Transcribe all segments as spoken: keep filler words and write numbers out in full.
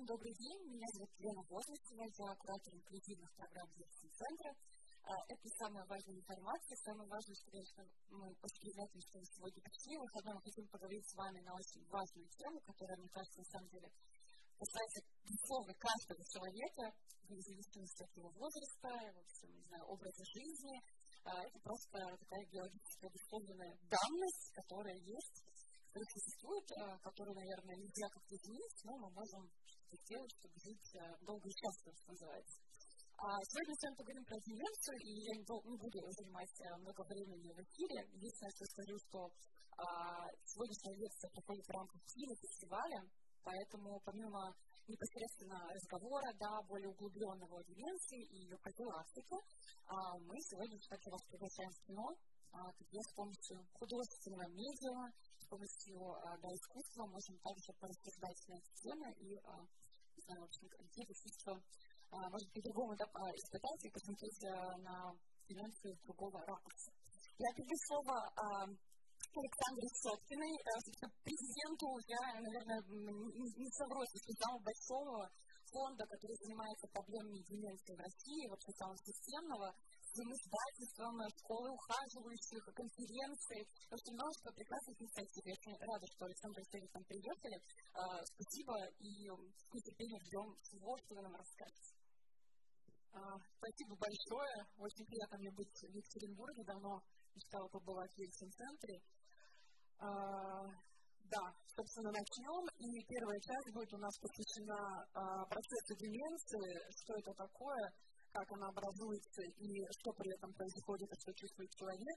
Добрый день, меня зовут Лена Возлесова, я куратор инклюзивных программ Дирекции-центра. Это самая важная информация, самое важное, что, конечно, мы очень признательны, что вы сегодня пришли. В выходной мы хотим поговорить с вами на очень важную тему, которая, мне кажется, на самом деле касается, безусловно, каждого человека, вне зависимости от его возраста, в общем, не знаю, образа жизни. Это просто такая биологически обусловленная данность, которая есть, которая существует, которую, наверное, нельзя как-то изменить, но мы можем что-то сделать, чтобы жить долго и счастливо, что называется. А сегодня мы с вами поговорим про деменцию, и я не, не буду занимать много времени в эфире. Единственное, что скажу, что а, сегодняшняя лекция проходит в рамках кинофестиваля, поэтому помимо непосредственно разговора, да, более углубленного о деменции и ее профилактике, а, мы сегодня также вас приглашаем в кино, а, где с помощью художественного медиа, с помощью а, да, искусства можем также порассуждать на эти темы и, а, не знаю, в общем, какие-то чувства, а, может быть, по-другому да, испытать и посмотреть а, на деменцию с другого ракурса. Я передаю слово а, Александре Соткиной, президенту, я, наверное, не, не совру, что самого большого фонда, который занимается проблемами деменции в России, вообще самого системного, с издательством, школы ухаживающих, конференций, очень множество прекрасных инициатив. Я очень рада, что Александр Алексеевич к нам приехали. Uh, спасибо и с нетерпением ждем всего, что вы нам расскажете. Uh, спасибо большое. Очень приятно мне быть в Екатеринбурге. Давно мечтала побывать в Ельцин-центре. Uh, да, собственно, начнем. И первая часть будет у нас посвящена uh, процессу деменции, что это такое, как она образуется и что при этом происходит, и что чувствует человек.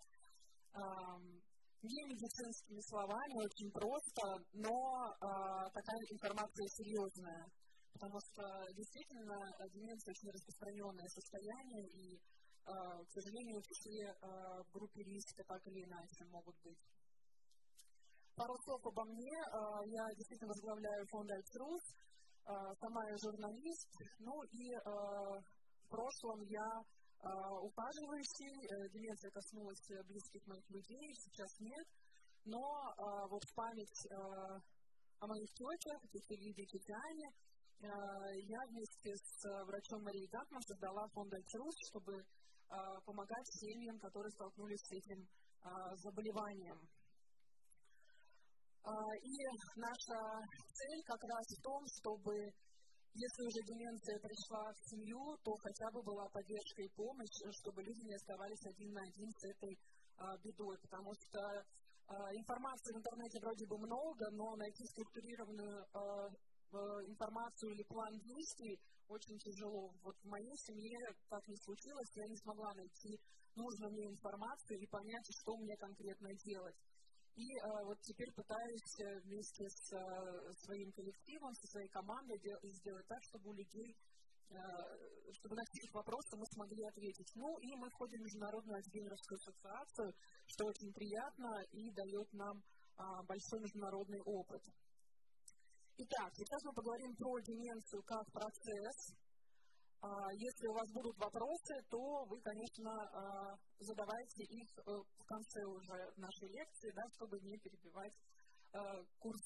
Не медицинскими словами, очень просто, но такая информация серьезная, потому что действительно деменция очень распространенное состояние, и, к сожалению, все в группе риска так или иначе могут быть. Пару слов обо мне. Я действительно возглавляю фонд Альтруз, сама я журналист, ну и в прошлом я э, ухаживающий, э, деменция коснулась близких моих людей, сейчас нет, но э, вот в память э, о моих тетях, тете Лидии и тете Ане, э, я вместе с врачом Марией Гатман создала фонд Альтруз, чтобы э, помогать семьям, которые столкнулись с этим э, заболеванием. Э, и наша цель как раз в том, чтобы если уже деменция пришла в семью, то хотя бы была поддержка и помощь, чтобы люди не оставались один на один с этой а, бедой, потому что а, информации в интернете вроде бы много, но найти структурированную а, информацию или план действий очень тяжело. Вот в моей семье так не случилось, я не смогла найти нужную мне информацию и понять, что мне конкретно делать. И э, вот теперь пытаюсь вместе с э, своим коллективом, со своей командой дел- сделать так, чтобы у людей, э, чтобы на их вопросы мы смогли ответить. Ну и мы входим в Международную альцгеймеровскую ассоциацию, что очень приятно и дает нам э, большой международный опыт. Итак, сейчас мы поговорим про деменцию как процесс. Если у вас будут вопросы, то вы, конечно, задавайте их в конце уже нашей лекции, да, чтобы не перебивать курс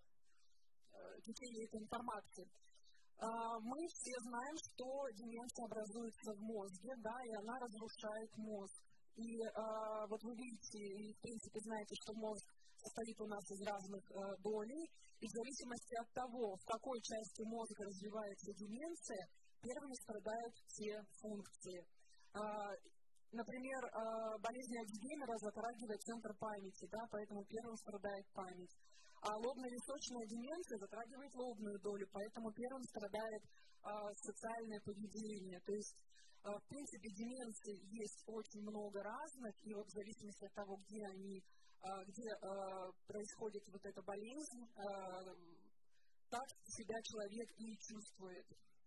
течения этой информации. Мы все знаем, что деменция образуется в мозге, да, и она разрушает мозг. И вот вы видите, и в принципе знаете, что мозг состоит у нас из разных долей, и в зависимости от того, в какой части мозга развивается деменция, первыми страдают все функции. Например, болезнь Альцгеймера затрагивает центр памяти, да, поэтому первым страдает память. А лобно-височная деменция затрагивает лобную долю, поэтому первым страдает социальное поведение. То есть, в принципе, деменций есть очень много разных, и вот в зависимости от того, где они, где происходит вот эта болезнь, так себя человек и чувствует.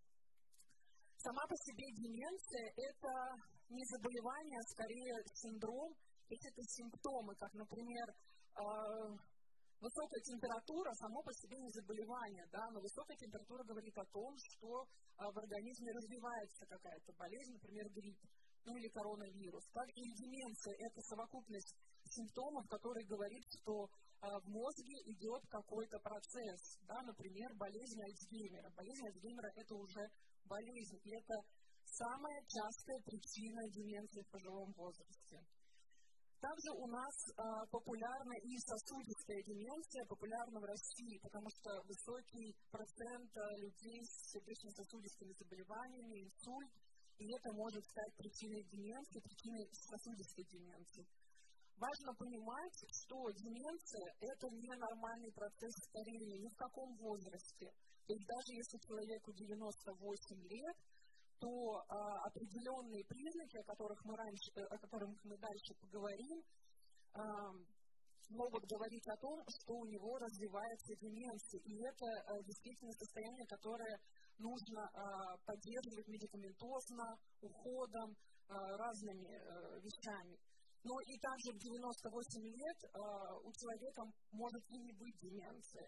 Сама по себе деменция – это не заболевание, а скорее синдром, то есть это симптомы, как, например, э, высокая температура само по себе не заболевание, да, но высокая температура говорит о том, что э, в организме развивается какая-то болезнь, например, грипп, ну или коронавирус. Так и деменция – это совокупность симптомов, которые говорят, что в мозге идет какой-то процесс, да, например, болезнь Альцгеймера. Болезнь Альцгеймера – это уже болезнь, и это самая частая причина деменции в пожилом возрасте. Также у нас а, популярна и сосудистая деменция, популярна в России, потому что высокий процент а, людей с сердечно-сосудистыми заболеваниями, инсульт, и это может стать причиной деменции, причиной сосудистой деменции. Важно понимать, что деменция – это не нормальный процесс старения ни в каком возрасте. То есть даже если человеку девяносто восемь лет, то а, определенные признаки, о которых мы раньше, о которых мы дальше поговорим, а, могут говорить о том, что у него развивается деменция. И это а, действительно состояние, которое нужно а, поддерживать медикаментозно, уходом, а, разными а, вещами. Но и также в девяносто восемь лет а, у человека может и не быть деменции.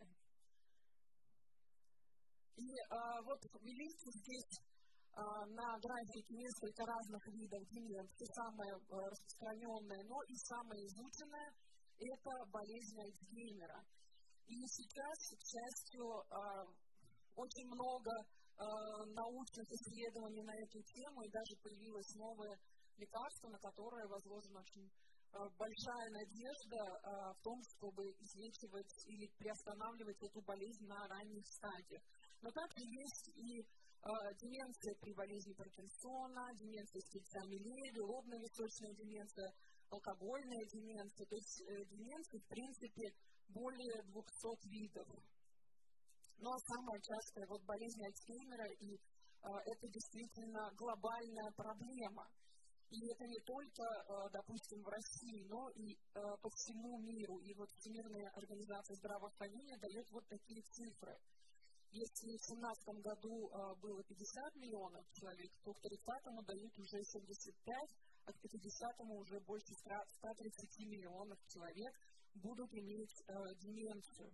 И а, вот видите здесь а, на графике несколько разных видов деменции. Самое а, распространенное, но и самое изученное – это болезнь Альцгеймера. И сейчас, к счастью, а, очень много а, научных исследований на эту тему, и даже появилось новое лекарство, на которое возложена очень а, большая надежда а, в том, чтобы излечивать или приостанавливать эту болезнь на ранних стадиях. Но также есть и а, деменция при болезни Паркинсона, деменция с тельцами Леви, лобно-височная деменция, алкогольная деменция. То есть э, деменции, в принципе, более двухсот видов. Ну а самая частая вот болезнь Альцгеймера, и а, это действительно глобальная проблема. И это не только, допустим, в России, но и по всему миру. И вот Всемирная организация здравоохранения дает вот такие цифры. Если в две тысячи семнадцатом году было пятьдесят миллионов человек, то к тридцатому дают уже семьдесят пять, а к пятидесятому уже больше ста тридцати миллионов человек будут иметь э, деменцию.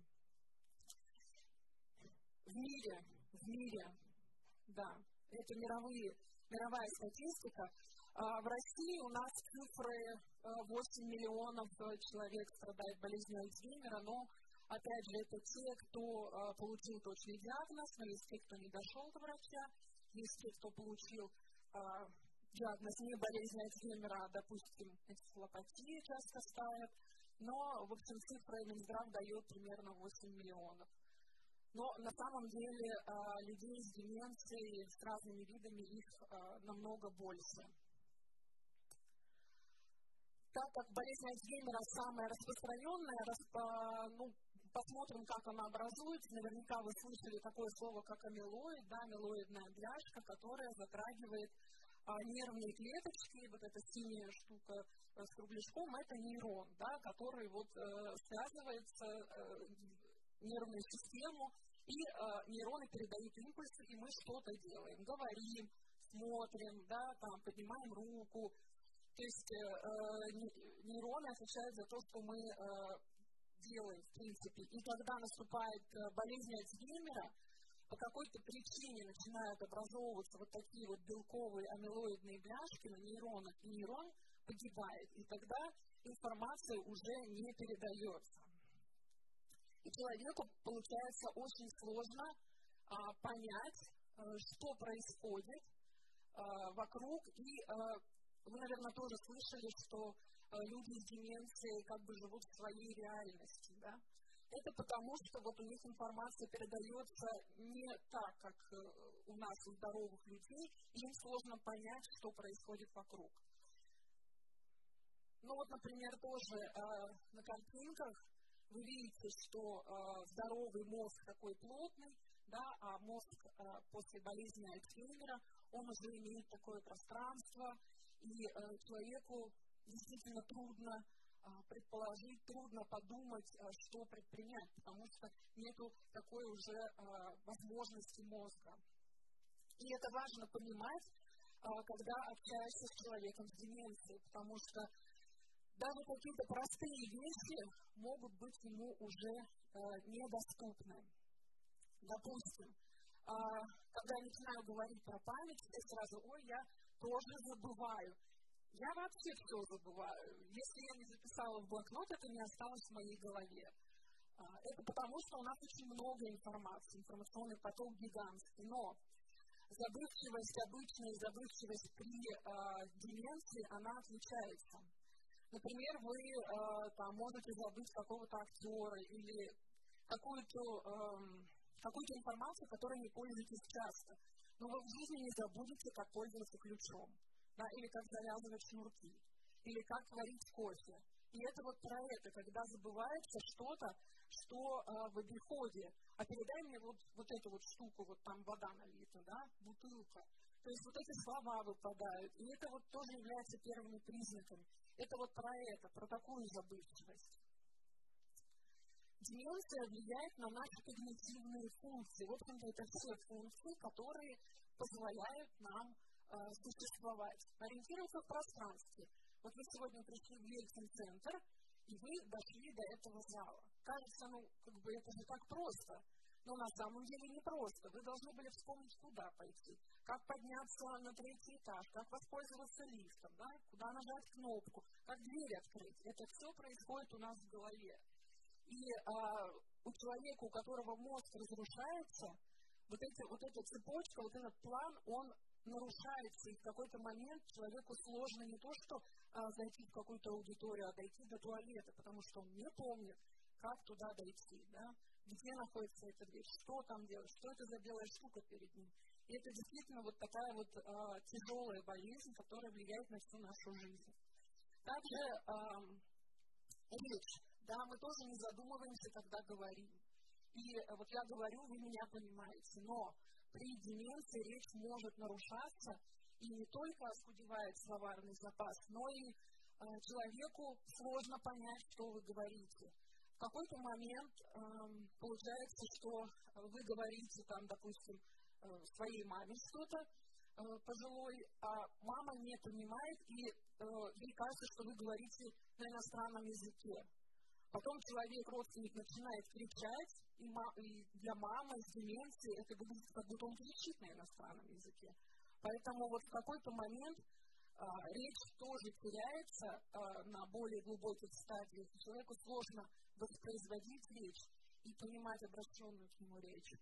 В мире, в мире, да, это мировые, мировая статистика. В России у нас цифры восемь миллионов человек страдает болезнью Альцгеймера, но, опять же, это те, кто получил точный диагноз, но есть те, кто не дошел до врача, есть те, кто получил диагноз не болезни Альцгеймера, а, допустим, энцефалопатия часто ставят, но, в общем, цифра Минздрав дает примерно восемь миллионов. Но на самом деле людей с деменцией, с разными видами, их намного больше. Так как болезнь Альцгеймера самая распространенная, распо, ну, посмотрим, как она образуется. Наверняка вы слышали такое слово, как амилоид, да, амилоидная бляшка, которая затрагивает а, нервные клеточки. Вот эта синяя штука а, с кругляшком – это нейрон, да, который вот, э, связывается э, нервную систему, и э, нейроны передают импульсы, и мы что-то делаем, говорим, смотрим, да, там, поднимаем руку. То есть э, нейроны отвечают за то, что мы э, делаем, в принципе. И когда наступает э, болезнь Альцгеймера, по какой-то причине начинают образовываться вот такие вот белковые амилоидные бляшки на нейронах, и нейрон погибает. И тогда информация уже не передается. И человеку получается очень сложно а, понять, а, что происходит а, вокруг. И а, вы, наверное, тоже слышали, что а, люди с деменцией как бы живут в своей реальности, да? Это потому, что вот у них информация передается не так, как э, у нас, у здоровых людей, и им сложно понять, что происходит вокруг. Ну вот, например, тоже э, на картинках вы видите, что э, здоровый мозг такой плотный, да, а мозг э, после болезни Альцгеймера, он уже имеет такое пространство, и э, человеку действительно трудно э, предположить, трудно подумать, э, что предпринять, потому что нету такой уже э, возможности мозга. И это важно понимать, э, когда общаешься с человеком с деменцией, потому что даже какие-то простые вещи могут быть ему уже э, недоступны. Допустим, э, когда я начинаю говорить про память, я сразу, ой, я тоже забываю. Я вообще все забываю. Если я не записала в блокнот, это не осталось в моей голове. Это потому, что у нас очень много информации, информационный поток гигантский, но забывчивость обычная и забывчивость при э, деменции, она отличается. Например, вы э, там, можете забыть какого-то актера или какую-то, э, какую-то информацию, которой не пользуетесь часто. Но вы в жизни не забудете, как пользоваться ключом, да, или как завязывать шнурки, или как варить кофе. И это вот про это, когда забывается что-то, что э, в обиходе. А передай мне вот, вот эту вот штуку, вот там вода налита, да, бутылка. То есть вот эти слова выпадают. И это вот тоже является первыми признаками. Это вот про это, про такую забывчивость. Деменция влияет на наши когнитивные функции. В общем-то, это все функции, которые позволяют нам э, существовать. Ориентироваться в пространстве. Вот вы сегодня пришли в Ельцин-центр, и вы дошли до этого зала. Кажется, ну, как бы это же так просто. Но на самом деле не просто. Вы должны были вспомнить, куда пойти, как подняться на третий этаж, как воспользоваться лифтом, да? Куда нажать кнопку, как дверь открыть. Это все происходит у нас в голове. И а, у человека, у которого мозг разрушается, вот, эти, вот эта цепочка, вот этот план, он нарушается, и в какой-то момент человеку сложно не то, что а, зайти в какую-то аудиторию, а дойти до туалета, потому что он не помнит, как туда дойти, да, где находится эта дверь, что там делать, что это за белая штука перед ним. И это действительно вот такая вот а, тяжелая болезнь, которая влияет на всю нашу жизнь. Также а, речь, да, мы тоже не задумываемся, когда говорим. И а, вот я говорю, вы меня понимаете, но при деменции речь может нарушаться, и не только оскудевает словарный запас, но и э, человеку сложно понять, что вы говорите. В какой-то момент э, получается, что вы говорите, там, допустим, э, своей маме что-то э, пожилой, а мама не понимает, и э, ей кажется, что вы говорите на иностранном языке. Потом человек, родственник, начинает кричать, и, ма- и для мамы с деменцией это выглядит, как будто он кричит на иностранном языке. Поэтому вот в какой-то момент а, речь тоже теряется а, на более глубоких стадиях. Человеку сложно воспроизводить речь и понимать обращенную к нему речь.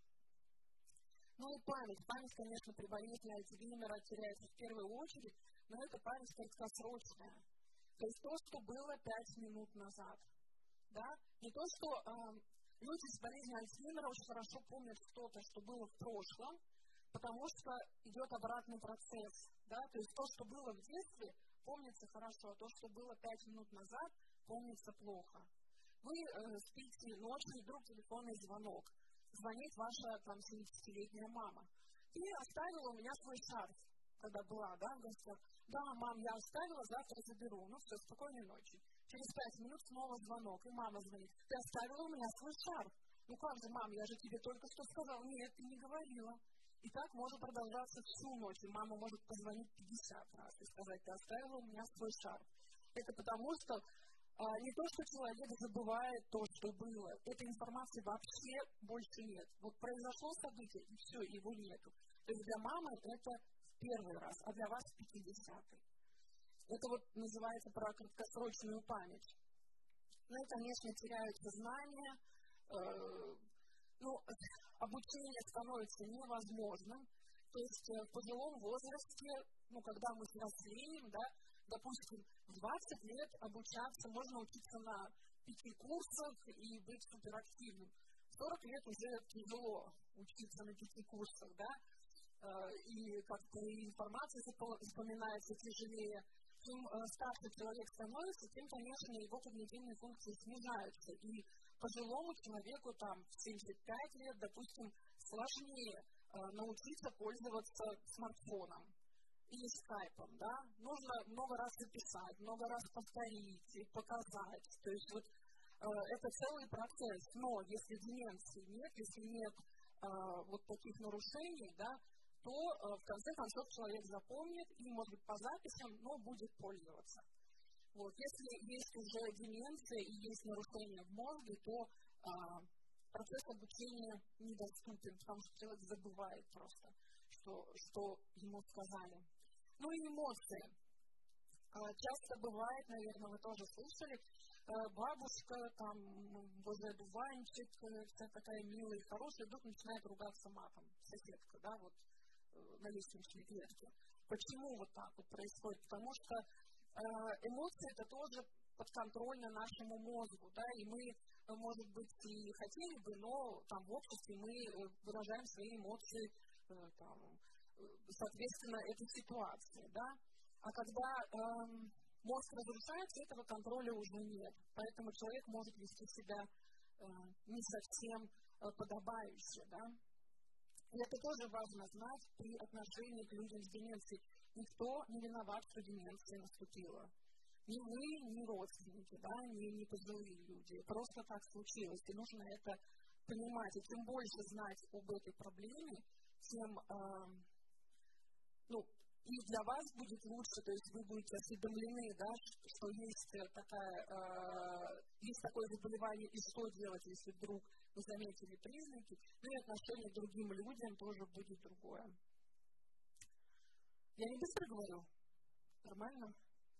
Ну и память. Память, конечно, при болезни Альцгеймера теряется в первую очередь, но это память краткосрочная. То есть то, что было пять минут назад. Да? Не то, что э, люди с болезнью Альцгеймера очень хорошо помнят что-то, что было в прошлом, потому что идет обратный процесс. Да? То есть то, что было в детстве, помнится хорошо, а то, что было пять минут назад, помнится плохо. Вы э, спите ночью, вдруг телефонный звонок. Звонит ваша там семидесятилетняя мама. Ты оставила у меня свой шарф, когда была, да, в гостях. Да, мам, я оставила, завтра заберу. Ну все, спокойной ночи. Через пять минут снова звонок, и мама звонит. Ты оставила у меня свой шарф. Ну как же, мам, я же тебе только что сказала. Нет, ты не говорила. И так может продолжаться всю ночь. И мама может позвонить пятьдесят раз и сказать, ты оставила у меня свой шарф. Это потому, что а, не то, что человек забывает то, что было. Этой информации вообще больше нет. Вот произошло событие, и все, его нету. То есть для мамы это в первый раз, а для вас в пятидесятый. Это вот называется про краткосрочную память. Ну и, конечно, теряются знания, э, ну, обучение становится невозможным. То есть в пожилом возрасте, ну, когда мы взрослеем, да, допустим, в двадцать лет обучаться, можно учиться на пяти курсах и быть суперактивным. В сорок лет уже тяжело учиться на пяти курсах, да, э, и как-то информация запоминается тяжелее. Чем старше человек становится, тем, конечно, его когнитивные функции снижаются. И пожилому человеку там в семьдесят пять лет, допустим, сложнее э, научиться пользоваться смартфоном или скайпом, да. Нужно много раз записать, много раз повторить и показать. То есть вот э, это целый процесс. Но если деменции нет, если нет э, вот таких нарушений, да, то э, в конце концов человек запомнит и, может быть, по записям, но будет пользоваться. Вот. Если есть уже деменция и есть нарушение в мозге, то э, процесс обучения недоступен, потому что человек забывает просто, что, что ему сказали. Ну и эмоции. Э, часто бывает, наверное, вы тоже слышали, бабушка, там, возле дуванчик, вся такая милая и хорошая, вдруг начинает ругаться матом, соседка, да, вот, на лестничной клетке. Почему вот так вот происходит? Потому что эмоции это тоже подконтрольно нашему мозгу, да, и мы, может быть, и хотели бы, но там в обществе мы выражаем свои эмоции, там, соответственно, этой ситуации, да. А когда эм, мозг разрушается, этого контроля уже нет. Поэтому человек может вести себя э, не совсем э, подобающе, да. И это тоже важно знать при отношении к людям с деменцией. Никто не виноват, что деменция наступила. Ни мы, ни родственники, да, ни, ни пожилые люди. Просто так случилось. И нужно это понимать. И чем больше знать об этой проблеме, тем, э, ну, и для вас будет лучше, то есть вы будете осведомлены, да, что есть, такая, э, есть такое заболевание, и что делать, если вдруг вы заметили признаки, ну и отношение к другим людям тоже будет другое. Я не быстро говорю? Нормально?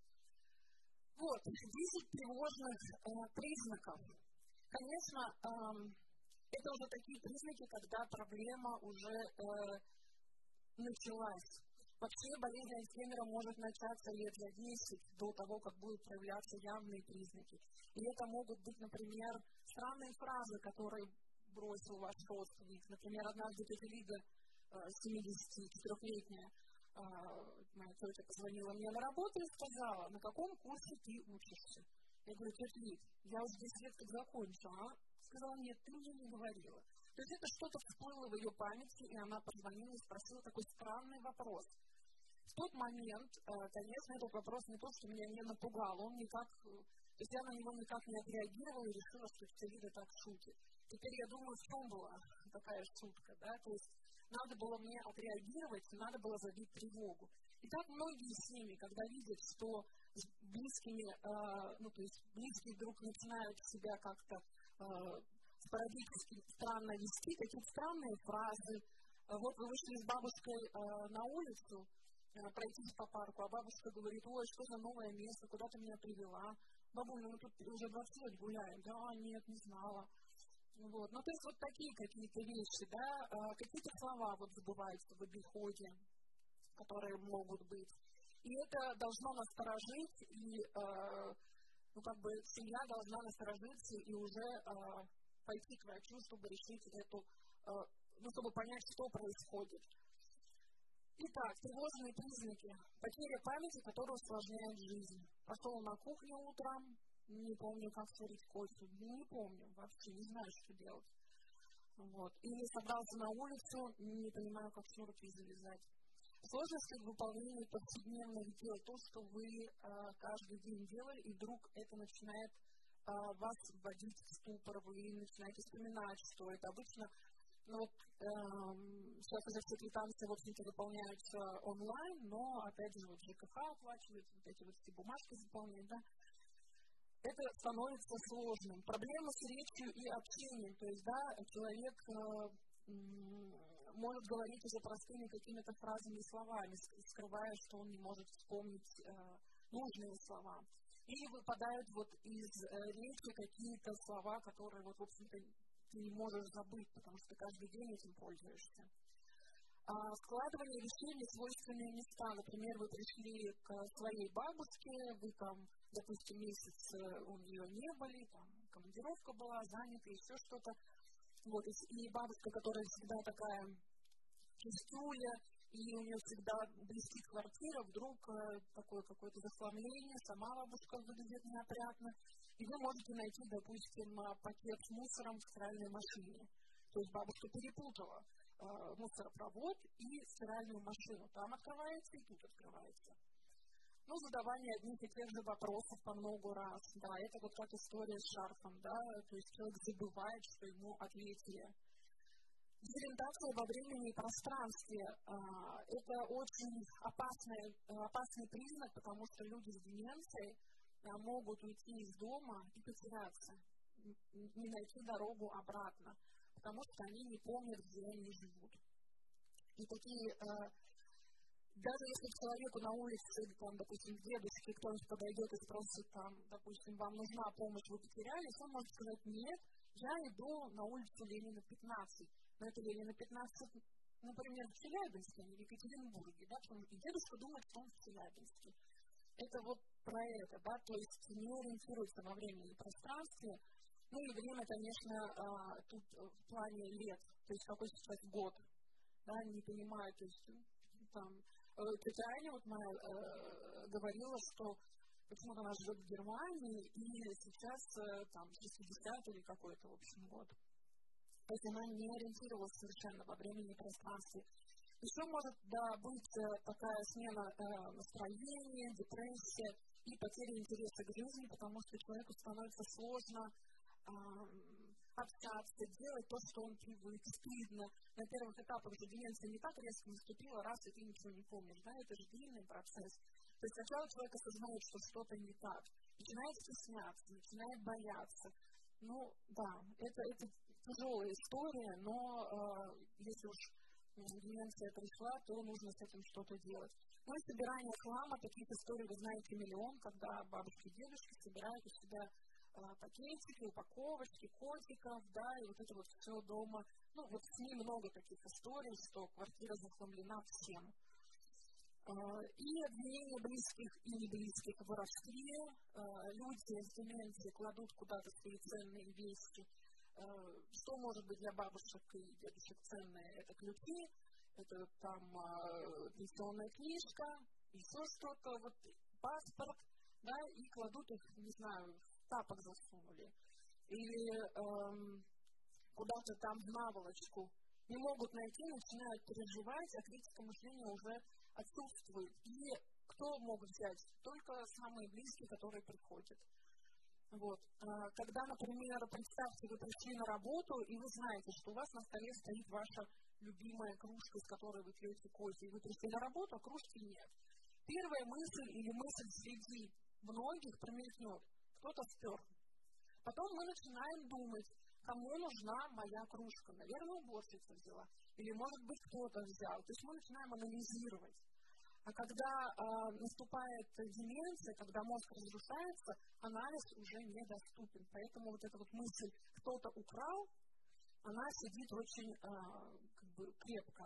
Вот, десять тревожных э, признаков. Конечно, э, это уже такие признаки, когда проблема уже э, началась. Вообще болезнь Альцгеймера может начаться лет за десять до того, как будут проявляться явные признаки. И это могут быть, например, странные фразы, которые бросил ваш родственник. Например, однажды тетя Лида, семидесятичетырёхлетняя, моя тетя позвонила мне на работу и сказала: на каком курсе ты учишься? Я говорю: тетя Лид, я уже десять лет как закончила. Она сказала: нет, ты мне не говорила. То есть это что-то всплыло в ее памяти, и она позвонила и спросила такой странный вопрос. В тот момент, конечно, этот вопрос не то, что меня не напугал, он никак, то есть я на него никак не отреагировала и решила, что тетя Лида так шутит. Теперь я думаю, в чем была такая шутка, да, то есть надо было мне отреагировать, надо было забить тревогу. И так многие с ними, когда видят, что с близкими, э, ну, то есть близкие вдруг начинают себя как-то э, спорадически странно вести, какие-то странные фразы. Вот вы вышли с бабушкой э, на улицу, э, пройтись по парку, а бабушка говорит: ой, что за новое место, куда ты меня привела? Бабуля, мы тут уже двадцать лет гуляем. Да, нет, не знала. Вот. Ну, то есть вот такие какие-то вещи, да, э, какие-то слова вот забываются в обиходе, которые могут быть. И это должно насторожить, и, э, ну, как бы семья должна насторожиться и уже э, пойти к врачу, чтобы решить эту, э, ну, чтобы понять, что происходит. Итак, тревожные признаки. Потеря памяти, которая усложняет жизнь. Пошел на кухню утром, не помню, как сварить кофе, не помню, вообще не знаю, что делать. Вот. Или собрался на улицу, не понимаю, как шнурки завязать. Сложности в выполнении повседневных дел, то, что вы э, каждый день делали, и вдруг это начинает э, вас вводить в ступор, вы начинаете вспоминать, что это обычно, ну вот, э, сейчас уже все квитанции, в общем-то, выполняются онлайн, но, опять же, вот ЖКХ оплачивает, вот эти вот все бумажки заполняют, да, это становится сложным. Проблемы с речью и общением, то есть, да, человек э, может говорить уже простыми какими-то фразами и словами, скрывая, что он не может вспомнить э, нужные слова. Или выпадают вот из э, речи какие-то слова, которые, вот, в общем-то, ты не можешь забыть, потому что каждый день этим пользуешься. А складывание вещей в несвойственные места. Например, вы пришли к своей бабушке, вы там, допустим, месяц у нее не были, там командировка была, занята, еще что-то. Вот, и бабушка, которая всегда такая чистюля, и у нее всегда близки квартира, вдруг э, такое какое-то захламление, сама бабушка выглядит неопрятно, и вы можете найти, допустим, пакет с мусором в стиральной машине. То есть бабушка перепутала э, мусоропровод и стиральную машину. Там открывается и тут открывается. Ну, задавание одних и тех же вопросов по много раз. Да, это вот как история с шарфом, да, то есть человек забывает, что ему ответили. Дезориентация во времени и пространстве а, – это очень опасный, опасный признак, потому что люди с деменцией а, могут уйти из дома и потеряться, не найти дорогу обратно, потому что они не помнят, где они живут. И такие а, Даже если человеку на улице, там, допустим, дедушке кто-нибудь подойдет и спросит, там, допустим, вам нужна помощь, вы потерялись, он может сказать, нет, я иду на улицу Ленина пятнадцать. Но это Ленина пятнадцать, например, в Челябинске, а не в Екатеринбурге, да, потому что дедушка думает, что он в Челябинске. Это вот про это, да, то есть не ориентируется во времени и пространстве. Ну и время, конечно, а, тут в плане лет, то есть какой сейчас год, да, не понимаю, то есть там, тетя Аня вот моя э, говорила, что почему-то она живет в Германии, и сейчас э, там шестидесятый или какой-то, в общем, год. То есть она не ориентировалась совершенно во времени и пространстве. Еще может, да, быть э, такая смена э, настроения, депрессия и потеря интереса к жизни, потому что человеку становится сложно э, общаться, делать то, что он привык, стыдно. На первых этапах же деменция не так резко наступила, раз и ты ничего не помнишь, да, это же длинный процесс. То есть сначала человек осознает, что что-то не так, начинает стесняться, начинает бояться. Ну, да, это, это тяжелая история, но э, если уж деменция пришла, то нужно с этим что-то делать. Ну и собирание хлама, таких историй вы знаете миллион, когда бабушки и дедушки собирают у себя а, пакетики, упаковочки, котиков, да, и вот это вот все дома. Ну, вот с ним много таких историй, что квартира захламлена всем. А, и обвинения близких и неблизких в воровстве. А, люди с деменцией кладут куда-то свои ценные вещи. Что может быть для бабушек и дедушек ценное? Это ключи, это там э, пенсионная книжка, еще что-то, вот паспорт, да, и кладут их, не знаю, в тапок засунули. Или эм, куда-то там в наволочку. Не могут найти, начинают переживать, а критика мышления уже отсутствует. И кто могут взять? Только самые близкие, которые приходят. Вот. Когда, например, представьте, вы пришли на работу, и вы знаете, что у вас на столе стоит ваша любимая кружка, из которой вы пьете кофе, и вы пришли на работу, а кружки нет. Первая мысль или мысль среди многих промелькнет. Кто-то спер. Потом мы начинаем думать, кому нужна моя кружка. Наверное, уборщица взяла. Или, может быть, кто-то взял. То есть мы начинаем анализировать. А когда э, наступает деменция, когда мозг разрушается, анализ уже недоступен. Поэтому вот эта вот мысль «кто-то украл», она сидит очень э, как бы крепко.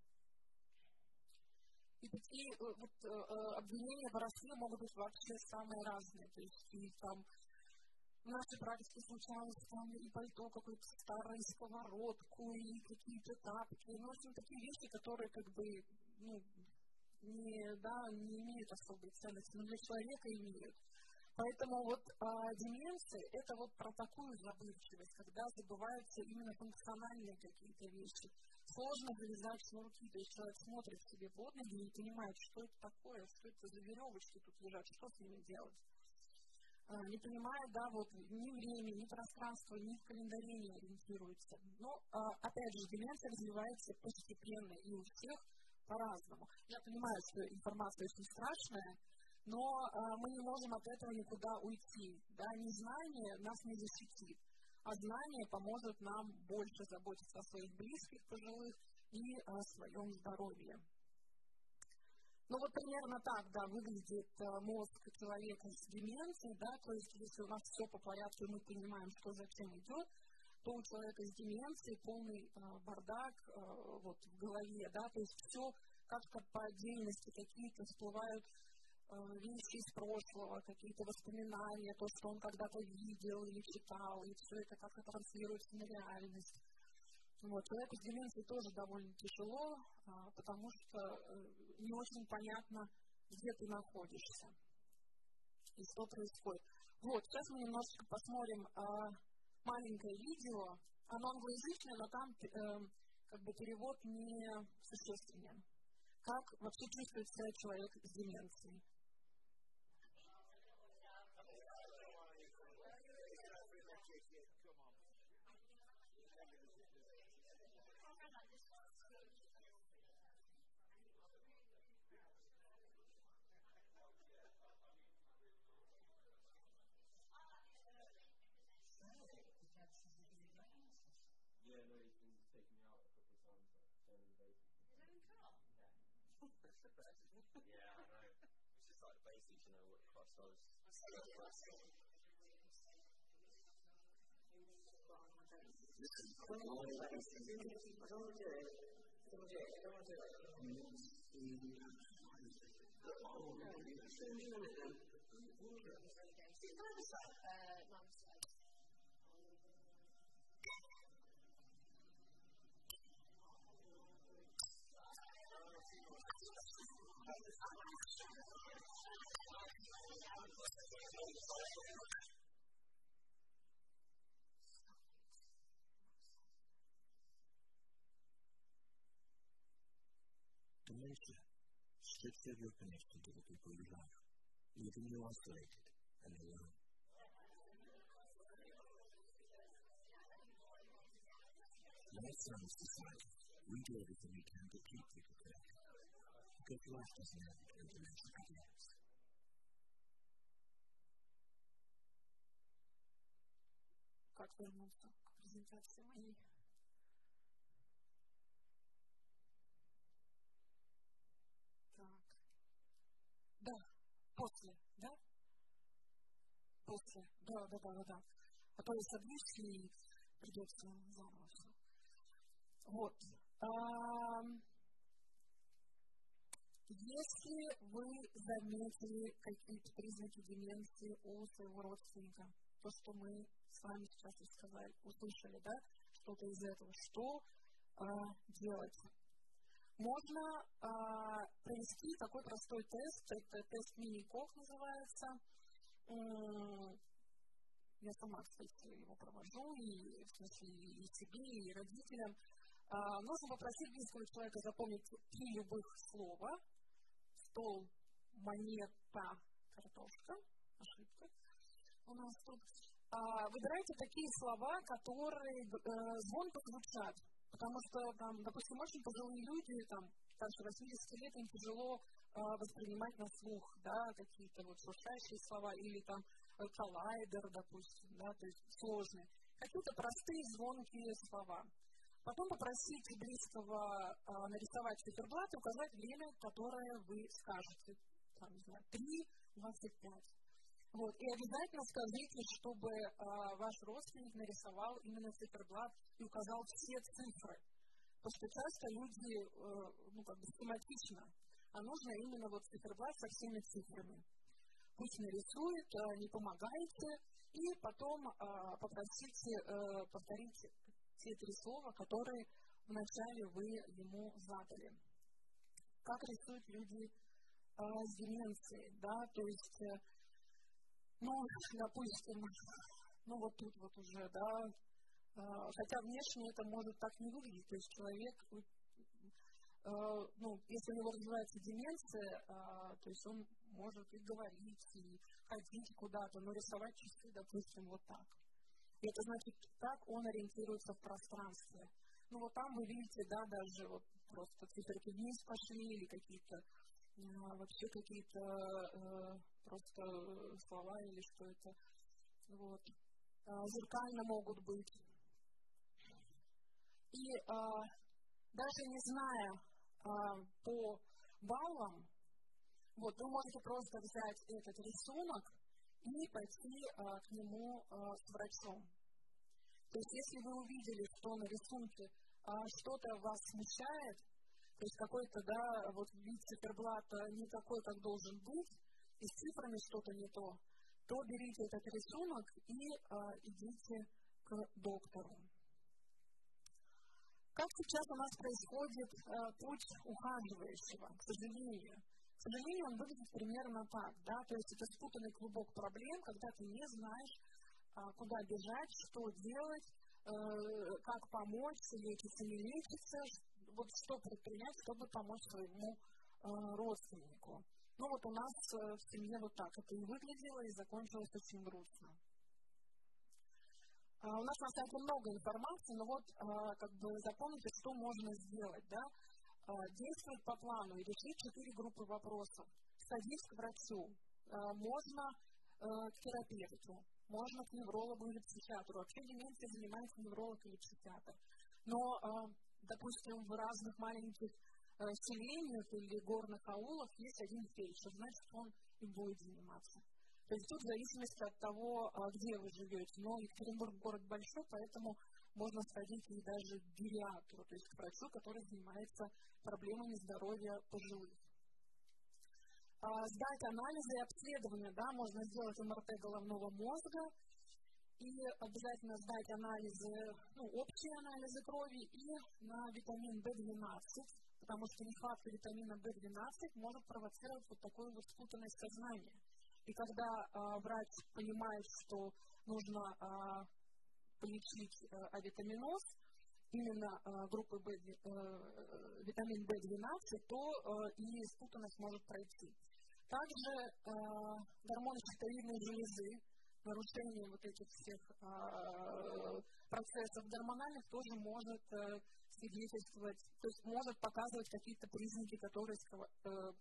И такие э, вот, э, обвинения в воровстве могут быть вообще самые разные. То есть и там в нашей практике случалось там и пальто какое-то старое, и сковородку, и какие-то тапки. Ну, в общем, такие вещи, которые как бы, ну, не, да, не имеют особой ценности, но для человека имеют. Поэтому вот а, деменция – это вот про такую забывчивость, когда забываются именно функциональные какие-то вещи. Сложно завязать шнурки, то есть человек смотрит себе под ноги и не понимает, что это такое, что это за веревочки тут лежат, что с ними делать. А, не понимает, да, вот ни время, ни пространство, ни в календаре не ориентируется. Но, а, опять же, деменция развивается постепенно и у всех по-разному. Я понимаю, что информация очень страшная, но э, мы не можем от этого никуда уйти. Да? Незнание нас не защитит, а знание поможет нам больше заботиться о своих близких, пожилых и о своем здоровье. Ну вот примерно так, да, выглядит э, мозг человека с деменцией, да, то есть если у нас все по порядку, и мы понимаем, что зачем идет, то у человека с деменцией полный э, бардак э, вот, в голове, да, то есть все как-то по отдельности, какие-то всплывают э, вещи из прошлого, какие-то воспоминания, то, что он когда-то видел или читал, и все это как-то транслируется на реальность. Вот. Человеку с деменцией тоже довольно тяжело, э, потому что э, не очень понятно, где ты находишься и что происходит. Вот, сейчас мы немножечко посмотрим э, маленькое видео, оно англоязычное, но там э, как бы перевод не существенен. Как вообще чувствует себя человек с деменцией? Yeah, no, he's been taking me out a couple of times, like, on a daily basis. Is that cool? Yeah. know what across those. Dementia strips of your connection to the people you love, leaving you isolated and alone. My sons decided we do everything we can to keep people connected, because life doesn't end when dementia begins. Как вернуться к презентации моей? Так. Да, после, да? После, да, да, да, да, да. А то есть объяснишь и придется заново все. Вот. Если вы заметили какие-то признаки деменции у своего родственника, то, что мы с вами сейчас сказали, услышали, да, что-то из этого, что а, делать? Можно а, провести такой простой тест, это тест мини-кох называется. М- я сама, кстати, его провожу, и, в смысле, и себе, и родителям. А, нужно попросить близкого человека запомнить три любых слова. Стол, монета, картошка, ошибка у нас тут. А, выбирайте такие слова, которые э, звонко звучат, потому что, там, допустим, очень пожилые люди, там, старше восьмидесяти лет, им тяжело э, воспринимать на слух, да, какие-то вот шуршащие слова, или там коллайдер, допустим, да, то есть сложные. Какие-то простые звонкие слова. Потом попросите близкого э, нарисовать циферблат и указать время, которое вы скажете. Там, не знаю, три двадцать пять. Вот. И обязательно скажите, чтобы э, ваш родственник нарисовал именно циферблат и указал все цифры. Потому что часто люди, э, ну, как бы схематично, а нужно именно вот циферблат со всеми цифрами. Пусть нарисует, э, не помогайте, и потом э, попросите э, повторить те три слова, которые вначале вы ему задали. Как рисуют люди э, с деменцией, да, то есть, э, ну, допустим, ну, вот тут вот уже, да, э, хотя внешне это может так не выглядеть, то есть человек, э, ну, если у него развивается деменция, э, то есть он может и говорить, и ходить куда-то, но рисовать часы, допустим, вот так. И это значит, так он ориентируется в пространстве. Ну, вот там вы видите, да, даже вот просто циферки вниз пошли, или какие-то, э, вообще какие-то э, просто слова, или что это, вот, э, зеркально могут быть. И э, даже не зная э, по баллам, вот, вы можете просто взять этот рисунок и пойти а, к нему а, с врачом. То есть, если вы увидели, что на рисунке а, что-то вас смущает, то есть какой-то, да, вот вид циферблата не такой, как должен быть, и с цифрами что-то не то, то берите этот рисунок и а, идите к доктору. Как сейчас у нас происходит а, путь ухаживающего, к сожалению? К сожалению, он выглядит примерно так, да, то есть это спутанный клубок проблем, когда ты не знаешь, а, куда бежать, что делать, э, как помочь, лечиться, не лечиться, вот что предпринять, чтобы помочь своему э, родственнику. Ну вот у нас э, в семье вот так это и выглядело, и закончилось очень грустно. А, у нас на сайте много информации, но вот а, как бы запомните, что можно сделать, да. Действовать по плану и решить четыре группы вопросов. Сходить к врачу, можно к терапевту, можно к неврологу или психиатру. Вообще деменцией занимается невролог или психиатр. Но, допустим, в разных маленьких селениях или горных аулах есть один фельдшер. Значит, он и будет заниматься. То есть тут в зависимости от того, где вы живете. Но Екатеринбург город большой, поэтому можно сходить и даже к гериатру, то есть к врачу, который занимается проблемами здоровья пожилых. Сдать анализы и обследования, да, можно сделать эм эр тэ головного мозга и обязательно сдать анализы, ну, общие анализы крови и на витамин бэ двенадцать, потому что нехватка витамина бэ двенадцать может провоцировать вот такую вот спутанность сознания. И когда а, врач понимает, что нужно а, полечить а, авитаминоз, именно а, группы B, а, витамин бэ двенадцать, то а, и спутанность может пройти. Также э, гормоны щитовидной железы, нарушение вот этих всех э, процессов гормональных тоже может э, свидетельствовать, то есть может показывать какие-то признаки, которые, э,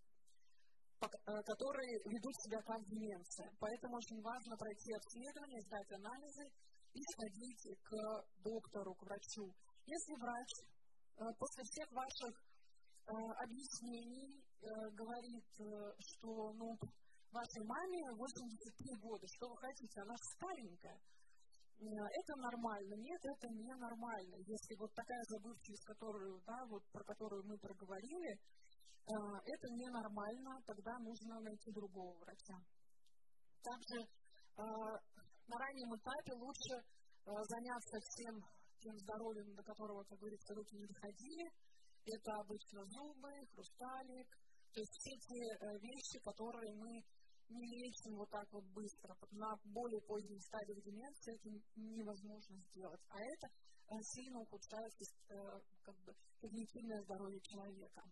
которые ведут себя как деменция. Поэтому очень важно пройти обследование, сдать анализы и сходить к доктору, к врачу. Если врач э, после всех ваших объяснений э, говорит, э, что ну, вашей маме восемьдесят три года, что вы хотите, она же старенькая. Э, это нормально. Нет, это не нормально. Если вот такая забывчивость, которую, да, вот, про которую мы проговорили, э, это ненормально, тогда нужно найти другого врача. Также э, на раннем этапе лучше э, заняться всем тем здоровьем, до которого, как говорится, руки не доходили. Это обычно зубы, хрусталик, то есть все те э, вещи, которые мы не лечим вот так вот быстро. На более поздних стадиях деменции это невозможно сделать. А это э, сильно ухудшает э, как бы, когнитивное здоровье человека.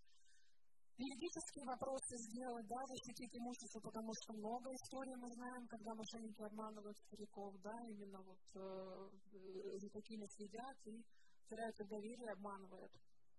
Юридические вопросы сделать, да, защитить имущество, потому что много историй мы знаем, когда мошенники обманывают стариков, да, именно вот э, за такими следят и теряют их доверие, обманывают.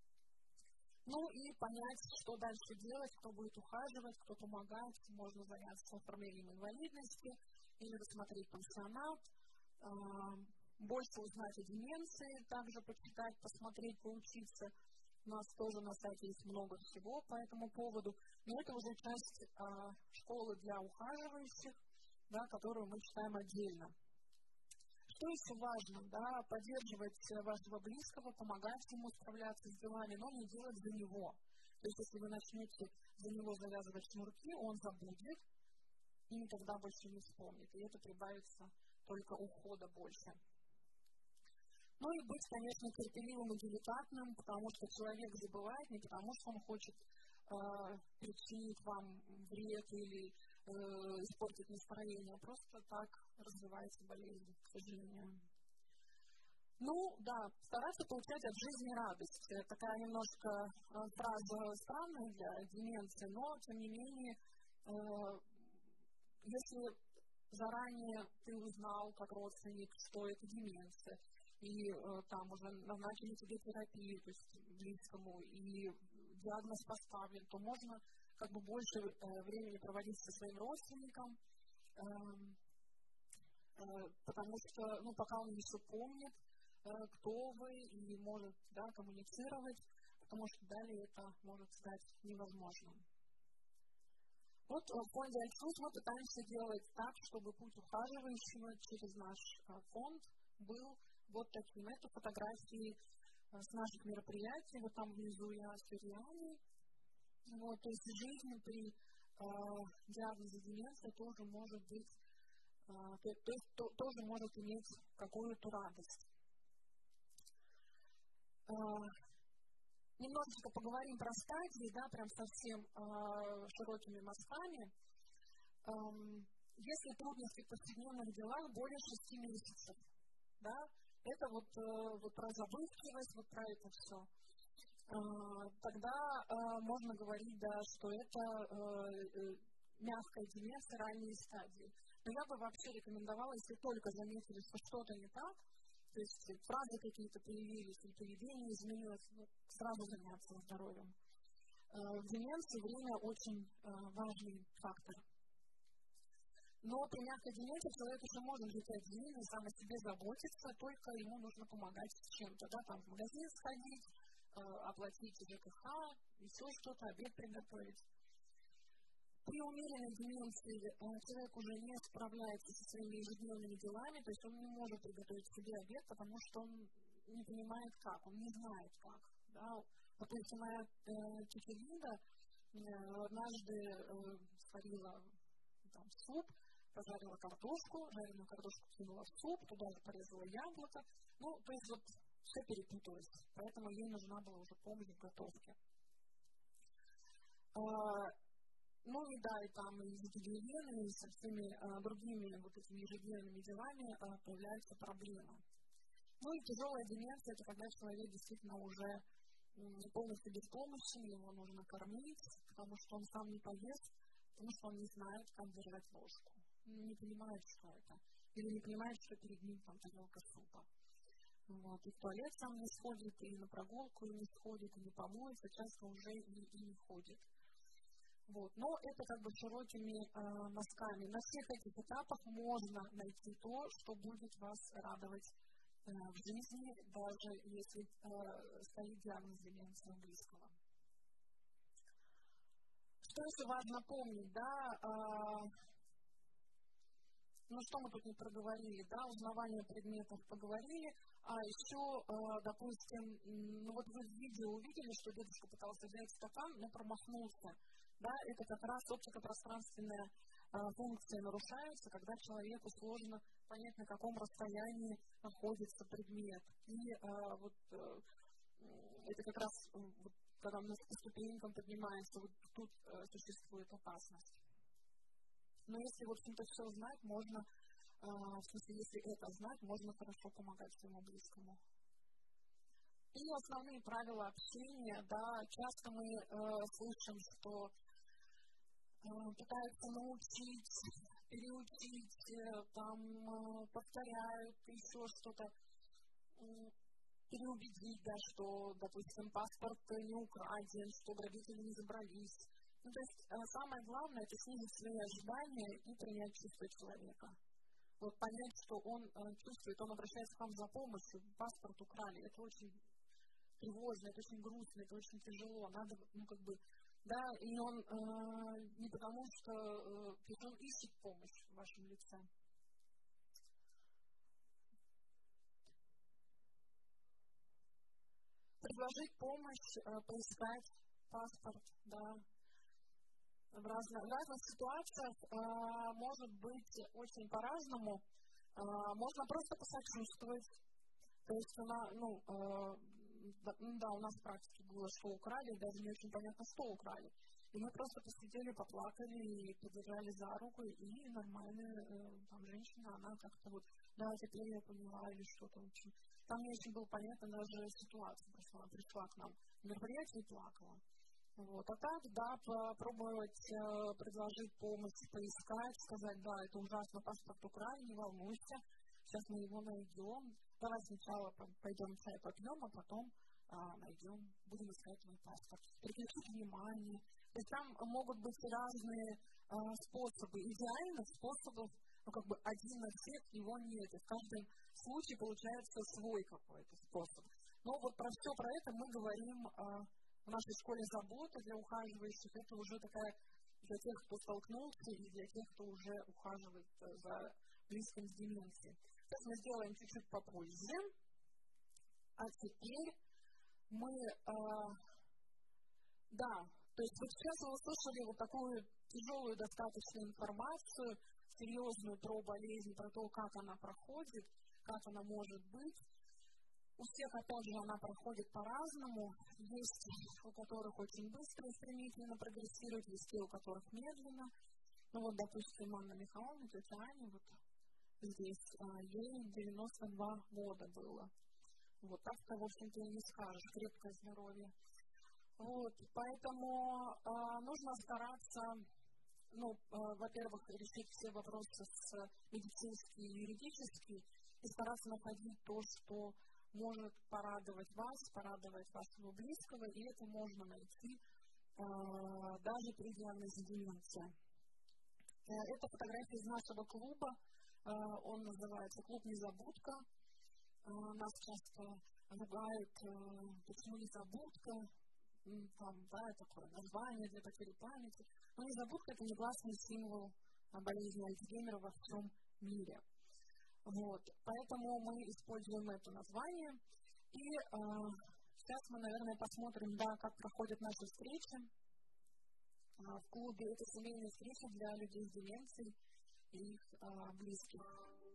Ну и понять, что дальше делать, кто будет ухаживать, кто помогает, можно заняться оформлением инвалидности или рассмотреть пансионат, э, больше узнать о деменции, также почитать, посмотреть, поучиться. У нас тоже на сайте есть много всего по этому поводу, но это уже часть э, школы для ухаживающих, да, которую мы читаем отдельно. Что еще важно, да, поддерживать вашего близкого, помогать ему справляться с делами, но не делать за него. То есть, если вы начнете за него завязывать шнурки, он забудет и никогда больше не вспомнит. И это прибавится только ухода больше. Ну и быть, конечно, терпеливым и деликатным, потому что человек забывает не потому, что он хочет э, причинить вам вред или э, испортить настроение, просто так развивается болезнь, к сожалению. Ну, да, стараться получать от жизни радость. Такая немножко э, фраза странная для деменции, но, тем не менее, э, если заранее ты узнал, как родственник, что это деменция, и э, там уже назначили тебе терапию, то есть близкому, и диагноз поставлен, то можно как бы больше э, времени проводить со своим родственником, э, э, потому что, ну, пока он еще помнит, э, кто вы, и может, да, коммуницировать, потому что далее это может стать невозможным. Вот в фонде Альтруз мы пытаемся делать так, чтобы путь ухаживающего через наш э, фонд был вот таким. Это фотографии а, с наших мероприятий. Вот там внизу я с Ирианой. Вот, то есть жизнь при а, диагнозе деменции тоже может быть, а, то, то есть то, тоже может иметь какую-то радость. А, немножечко поговорим про стадии, да, прям совсем а, широкими мазками. А, если трудности в повседневных делах более шести месяцев, да, это вот, э, вот про забывчивость, вот про это все. Э, тогда э, можно говорить, да, что это э, э, мягкая деменция ранней стадии. Но я бы вообще рекомендовала, если только заметили, что что-то не так, то есть фразы какие-то появились, или поведение изменилось, ну, сразу заняться здоровьем. Э, в деменции время очень э, важный фактор. Но при мягкой деменции человек еще может жить один и сам о себе заботиться, только ему нужно помогать с чем-то, да, там в магазин сходить, э, оплатить ЖКХ, еще что-то, обед приготовить. При умеренной деменции человек уже не справляется со своими ежедневными делами, то есть он не может приготовить себе обед, потому что он не понимает как, он не знает как. Да? Вот, если моя э, тетя Лида э, однажды э, сварила там, суп, пожарила картошку, жареную картошку кинула в суп, туда же порезала яблоко, ну, то есть вот все перепуталось, поэтому ей нужна была уже помощь в готовке. Ну и да, и там и с гигиеной, и со всеми а, другими вот этими ежедневными делами а, появляются проблемы. Ну и тяжелая деменция, это когда человек действительно уже м, полностью беспомощен, его нужно кормить, потому что он сам не поест, потому что он не знает, как держать ложку. Не понимает, что это. Или не понимает, что перед ним там тарелка супа. Вот. И в туалет сам не сходит, и на прогулку не сходит, и не помоется, часто уже и, и не ходит. Вот. Но это как бы широкими э, мазками. На всех этих этапах можно найти то, что будет вас радовать э, в жизни, даже если э, стоит диагноз деменции близкого. Что еще важно помнить, да, э, ну что мы тут не проговорили, да, узнавание предметов поговорили, а еще, э, допустим, ну вот вы в видео увидели, что дедушка пытался взять стакан, но промахнулся. Да, это как раз общепространственная а, функция нарушается, когда человеку сложно понять, на каком расстоянии находится предмет. И а, вот а, это как раз, вот, когда мы по ступенькам поднимаемся, вот тут а, существует опасность. Но если, в общем-то, все знать, можно, а, в смысле, если это знать, можно хорошо помогать своему близкому. И основные правила общения, да, часто мы э, слышим, что э, пытаются научить, переучить, э, там, э, повторяют, еще что-то, э, переубедить, да, что, допустим, паспорт не украден, что грабители не забрались. Ну, то есть э, самое главное — это снизить свои ожидания и принять чувство человека. Вот понять, что он э, чувствует, он обращается к вам за помощью, паспорт украли, это очень тревожно, это очень грустно, это очень тяжело, надо, ну, как бы, да, и он э, не потому, что э, он ищет помощь в вашем лице. Предложить помощь, э, поискать паспорт, да, в, разно, в разных ситуациях э, может быть очень по-разному, э, можно просто посочувствовать, то есть она, ну, э, Да, да, у нас в практике было, что украли, даже не очень понятно, что украли. И мы просто посидели, поплакали, и подержали за руку, и нормальная э, там женщина, она как-то вот, да, теперь я поняла, или что-то очень. Там не очень было понятно даже ситуация, потому что она пришла к нам в мероприятие и плакала. Вот. А так, да, попробовать э, предложить помощь, поискать, сказать, да, это ужасно, паспорт украли, не волнуйся, сейчас мы его найдем. Давай сначала пойдем чай попьем, а потом а, найдем, будем искать твой паспорт. Переключить внимание. То есть там могут быть разные а, способы. Идеальных способов, ну как бы один на всех его нет. И в каждом случае получается свой какой-то способ. Но вот про все про это мы говорим а, в нашей школе заботы для ухаживающих. Это уже такая для тех, кто столкнулся, и для тех, кто уже ухаживает за близким с деменцией. Сейчас мы сделаем чуть-чуть попозже. А теперь мы, э, да, то есть вот сейчас вы услышали вот такую тяжелую достаточно информацию, серьезную про болезнь, про то, как она проходит, как она может быть. У всех, опять же, она проходит по-разному. Есть у которых очень быстро и стремительно прогрессирует, есть те, у которых медленно. Ну вот, допустим, Анна Михайловна, тетя Аня, вот здесь, а, ей девяносто два года было. Вот так-то, в общем-то, и не скажешь, крепкое здоровье. Вот, поэтому а, нужно стараться, ну, а, во-первых, решить все вопросы с медицинскими и юридическими, и стараться находить то, что может порадовать вас, порадовать вашего близкого, и это можно найти а, даже при диагнозе деменция. Это фотография из нашего клуба, а, он называется «Клуб Незабудка». А, нас часто ругают, а, почему незабудка, там, да, такое название для потери памяти. Но незабудка — это негласный символ болезни Альцгеймера во всем мире. Вот. Поэтому мы используем это название. И э, сейчас мы, наверное, посмотрим, да, как проходят наши встречи э, в клубе. Это семейные встречи для людей с деменцией и их э, близких.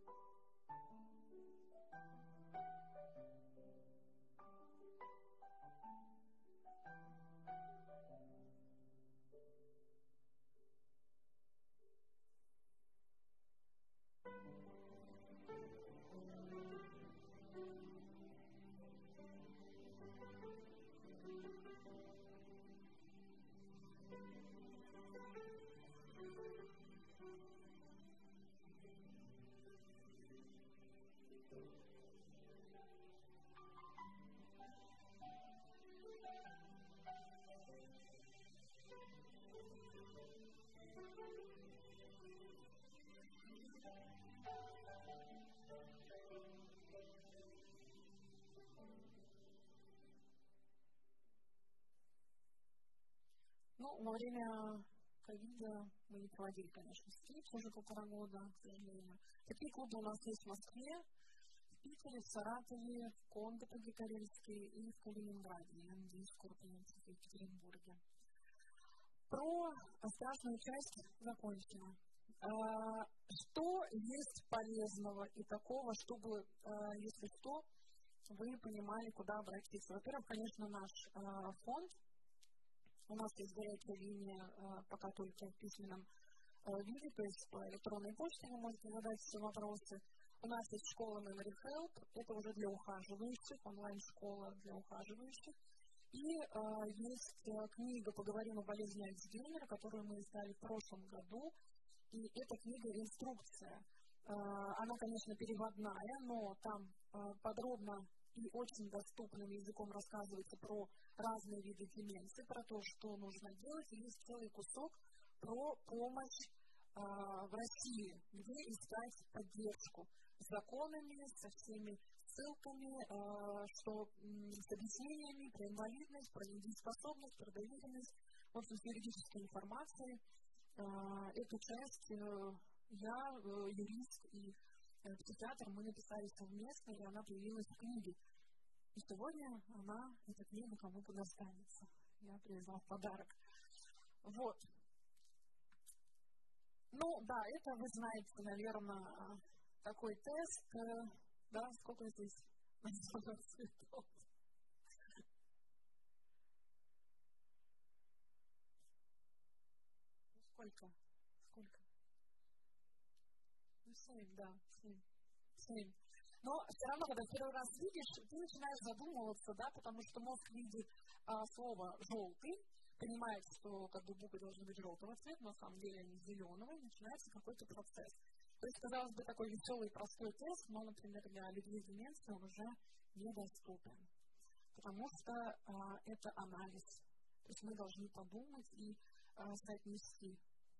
Ну, во время ковида мы не проводили, конечно, встречи уже полтора года, к сожалению. Такие клубы у нас есть в Москве, в Питере, в Саратове, в Кондо-Карельске и в Калининграде. Я надеюсь, скоро появится в Екатеринбурге. Про страшную часть закончено. А, что есть полезного и такого, чтобы, а, если что, вы понимали, куда обратиться? Во-первых, конечно, наш а, фонд. У нас есть горячая линия, а, пока только в письменном а, виде, то есть по электронной почте вы можете задать все вопросы. У нас есть школа Memory Help, это уже для ухаживающих, онлайн-школа для ухаживающих. И а, есть а, книга «Поговорим о болезни Альцгеймера», которую мы издали в прошлом году. И эта книга «Инструкция». А, она, конечно, переводная, но там а, подробно и очень доступным языком рассказывается про разные виды деменции, про то, что нужно делать. И есть целый кусок про помощь а, в России, где искать поддержку с законами, со всеми ссылками, а, что м, с объяснениями про инвалидность, про недееспособность, про доверенность, в общем, с юридической информацией. А, эту часть э, я, э, юрист и э, психиатр, мы написали совместно, и она появилась в книге. И сегодня она, эта книга, кому-то достанется. Я привезла в подарок. Вот. Ну, да, это вы знаете, наверное, такой тест. Да, сколько здесь цветов? Сколько? Сколько? Ну, семь, да, семь. Семь. Но все равно, когда первый раз видишь, ты начинаешь задумываться, да, потому что мозг видит а, слово «желтый», понимает, что как бы буквы должны быть желтого цвета, но на самом деле они зеленого, и начинается какой-то процесс. То есть, казалось бы, такой веселый, простой тест, но, например, для людей с деменцией он уже недоступен, потому что а, это анализ. То есть мы должны подумать и а, соотнести.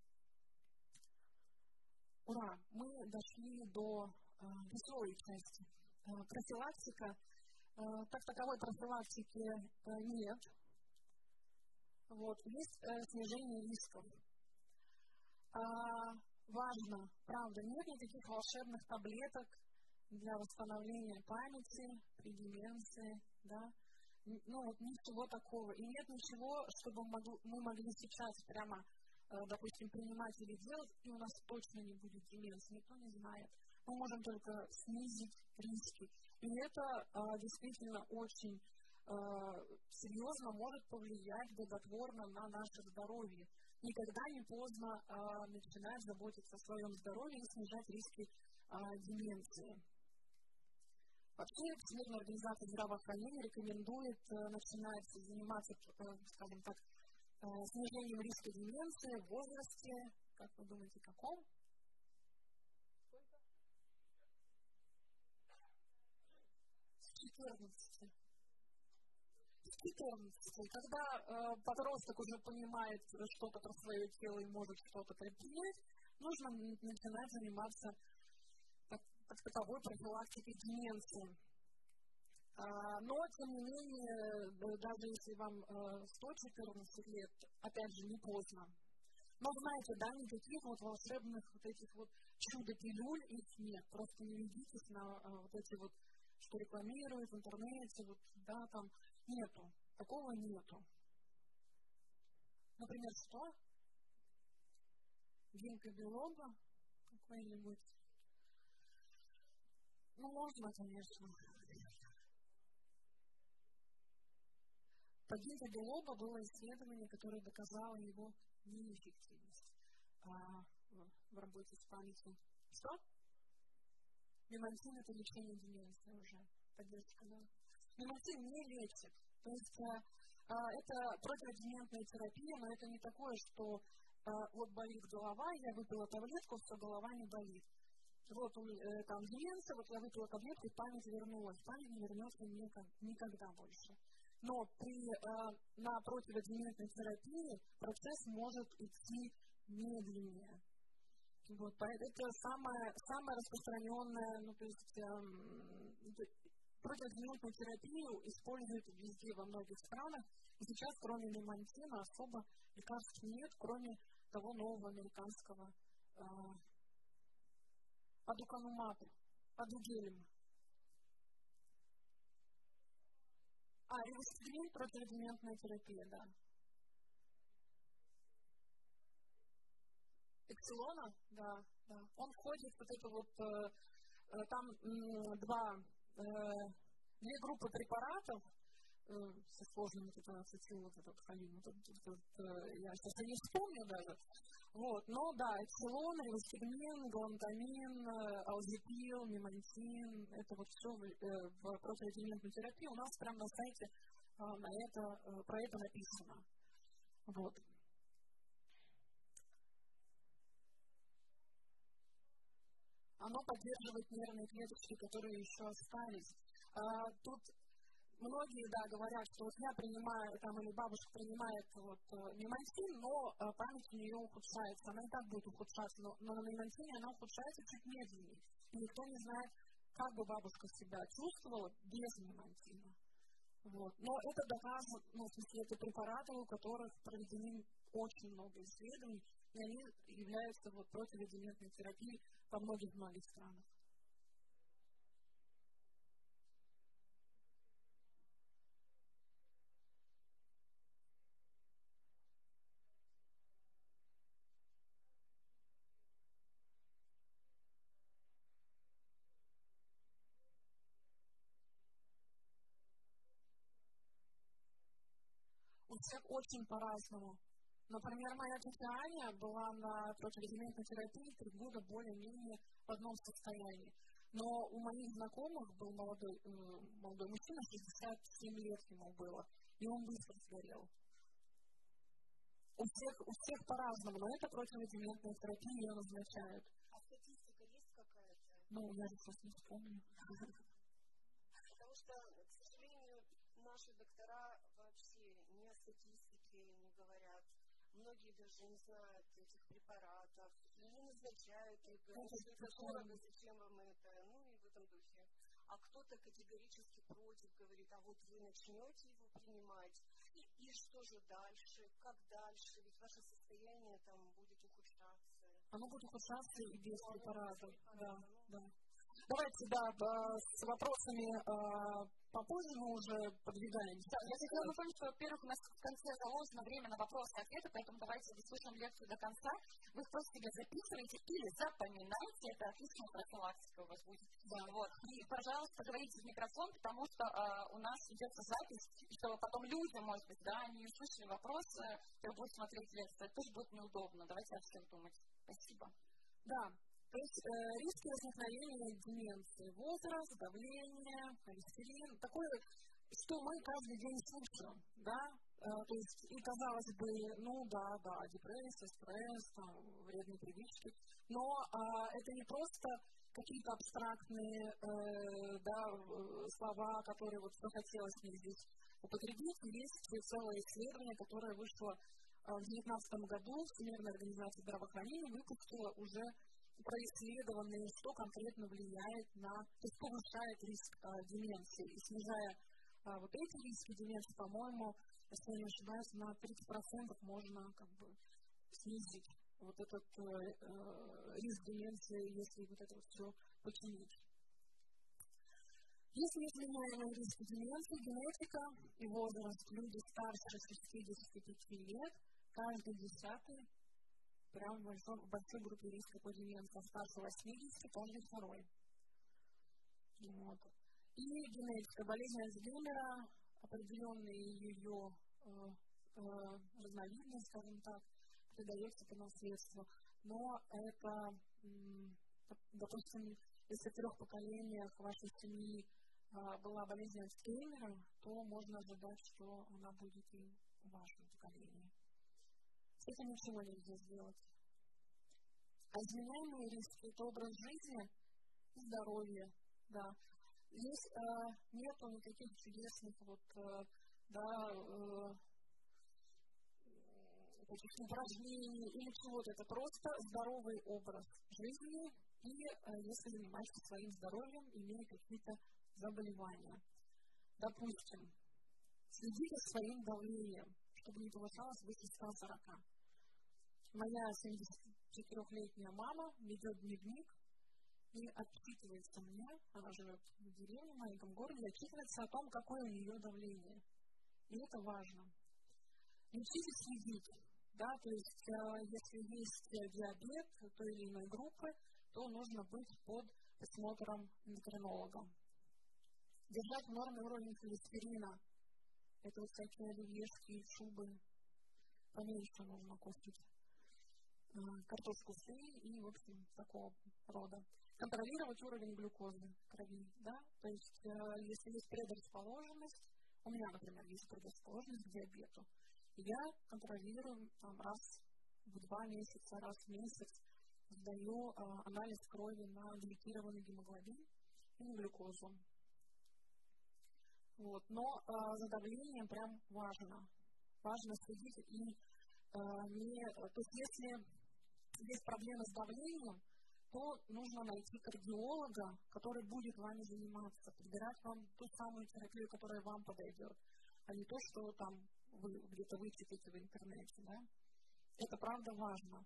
Ура! Мы дошли до э, веселой части. Э, профилактика. Э, как таковой профилактики э, нет. Вот. Есть э, снижение рисков. А, важно, правда, нет никаких волшебных таблеток для восстановления памяти при деменции, да. Ну, вот ничего такого. И нет ничего, чтобы мы могли сейчас прямо, допустим, принимать или делать, и у нас точно не будет деменции, никто не знает. Мы можем только снизить риски. И это а, действительно очень а, серьезно может повлиять благотворно на наше здоровье. Никогда не поздно а, начинать заботиться о своем здоровье и снижать риски а, деменции. Вообще, Всемирная организация здравоохранения рекомендует а, начинать заниматься, а, скажем так, снижением риска деменции в возрасте, как вы думаете, каком? Сколько? С четырнадцати. С четырнадцати. Когда э, подросток уже понимает что-то про свое тело и может что-то предпринять, нужно начинать заниматься так, так таковой профилактикой деменции. Но, тем не менее, даже если вам сто-четырнадцать лет, опять же, не поздно. Но знаете, да, никаких вот волшебных вот этих вот чудо-пилюль их нет. Просто не ведитесь на вот эти вот, что рекламируют в интернете, вот, да, там нету. Такого нету. Например, что? Гинкобилоба какой-нибудь? Ну, можно, конечно. По гинкобилоба было исследование, которое доказало его неэффективность а, в, в работе с памятью. Что? Мемантин – это лечение деменции уже. Поддержка, да. Мемантин не лечит. То есть а, а, это противодементная терапия, но это не такое, что а, вот болит голова, я выпила таблетку, все, голова не болит. Вот э, там деменция, вот я выпила таблетку, и память вернулась. Память не вернется никогда больше. Но при, э, на противодементной терапии процесс может идти медленнее. Вот, это самое, самое распространенное, ну, то есть э, противодементную терапию используют везде, во многих странах. И сейчас, кроме мемантина, особо лекарств нет, кроме того нового американского э, адуканумаба, адугелем. А, ревостигмин, противодементная терапия, да. Эксилона, да, да. Он входит в вот это вот, э, э, там м, два, э, две группы препаратов, э, со сложным вот это ацетил, вот этот холин, вот этот, вот, э, я сейчас не вспомню даже. Вот, но да, эксилон, ревостигмин, галантамин, алзепил, мемантин, это вот все в, э, в противодементной терапии. У нас прямо на сайте э, на это, э, про это написано. Вот. Оно поддерживает нервные клеточки, которые еще остались. А, тут многие, да, говорят, что вот я принимаю, там, или бабушка принимает вот, мемантин, но а, память у нее ухудшается. Она и так будет ухудшаться, но, но на мемантине она ухудшается чуть медленнее. И никто не знает, как бы бабушка себя чувствовала без мемантина. Вот. Но это доказано, ну, в смысле, это препараты, у которых проведены очень много исследований, и они являются вот, противодементной терапией во многих-многих странах. У всех очень по-разному. Например, моя тетя Аня была на противодементной терапии три года более-менее в одном состоянии. Но у моих знакомых был молодой, э, молодой мужчина, шестьдесят семь лет ему было, и он быстро сгорел. У всех, у всех по-разному, но это противодементная терапия, ее назначают. А статистика есть какая-то? Ну, я же сейчас не вспомню. Потому что, к сожалению, наши доктора вообще ни о статистике не говорят. Многие даже не знают этих препаратов, и не назначают их, говорят, что это дорого, зачем вам это, ну и в этом духе. А кто-то категорически против, говорит, а вот вы начнете его принимать, и, и что же дальше, как дальше, ведь ваше состояние там будет ухудшаться. Оно будет ухудшаться и без ну, препаратов, да, ну. да. Давайте, да, с вопросами э, попозже мы уже подвигаемся. Да, я хотела напомнить, что, во-первых, у нас в конце заложено время на вопросы и ответы, поэтому давайте дослушаем лекцию до конца. Вы их просто себе записываете или запоминайте, это отличная профилактика у вас будет. Да. Вот. И, пожалуйста, говорите в микрофон, потому что э, у нас ведется запись, и чтобы потом люди, может быть, да, не услышали вопросы, которые будут смотреть лекцию, это тоже будет неудобно. Давайте о всем думать. Спасибо. Да. То есть э, риски возникновения деменции, возраст, давление, холестерин, такое, что мы каждый день слушаем, да, э, то есть, и казалось бы, ну да, да, депрессия, стресс, там, вредные привычки, но э, это не просто какие-то абстрактные э, да, слова, которые вот захотелось мне здесь употребить. Есть целое исследование, которое вышло э, в две тысячи девятнадцатом году, Всемирная организация здравоохранения выпустила уже происследованы, что конкретно влияет на, то есть повышает риск а, деменции. И снижая а, вот эти риски деменции, по-моему, если я не ошибаюсь, на тридцать процентов можно как бы снизить вот этот э, э, риск деменции, если вот это вот все починить. Если изменяемые риски деменции, генетика и возраст, люди старше шестидесяти пяти лет, каждый десятый прям в большой, в большой группе риска по деменции, старше восьмидесяти, каждый второй. Вот. И генетика, болезнь Альцгеймера, определенные ее э, э, разновидности, скажем так, передается по наследству. Но это, м, допустим, если в трех поколениях вашей семьи э, была болезнь Альцгеймера, то можно ожидать, что она будет и в вашем поколении. С этим ничего нельзя сделать. А изменяемые риски – это образ жизни и здоровье. Да. Здесь э, нету никаких чудесных вот, э, да, э, таких упражнений или чего-то. Это просто здоровый образ жизни и э, если занимаешься своим здоровьем, имея какие-то заболевания. Допустим, следите за своим давлением, чтобы не повышалось выше ста сорока. Моя семидесятичетырёхлетняя мама ведет дневник и отчитывается мне, она живет в деревне, в маленьком городе, отчитывается о том, какое у нее давление. И это важно. Учитесь следить, да, то есть, э, если есть диабет той или иной группы, то нужно быть под присмотром эндокринолога. Держать в норме уровень холестерина. Это вот всякие оливьешки, шубы. Поменьше нужно кушать. Картошку фри и, в общем, такого рода. Контролировать уровень глюкозы в крови, да, то есть, э, если есть предрасположенность, у меня, например, есть предрасположенность к диабету, я контролирую там, раз в два месяца, раз в месяц, сдаю э, анализ крови на гликированный гемоглобин и на глюкозу. Вот. Но э, за давлением прям важно. Важно следить и э, не... То есть, если есть проблемы с давлением, то нужно найти кардиолога, который будет вами заниматься, подбирать вам ту самую терапию, которая вам подойдет, а не то, что там вы где-то вычитаете в интернете. Да? Это правда важно.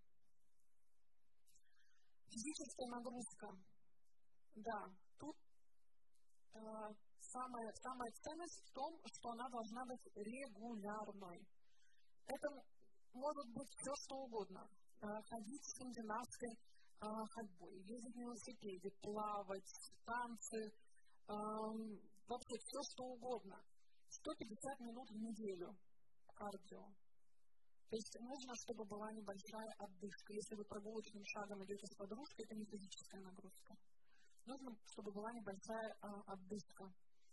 Физическая нагрузка. Да, тут э, самая, самая ценность в том, что она должна быть регулярной. Это может быть все, что угодно. Э, ходить скандинавской э, ходьбой, ездить на велосипеде, плавать, танцы, э, вообще все, что угодно. сто пятьдесят минут в неделю кардио. То есть нужно, чтобы была небольшая отдышка. Если вы прогулочным шагом идете с подружкой, это не физическая нагрузка. Нужно, чтобы была небольшая а, отдышка.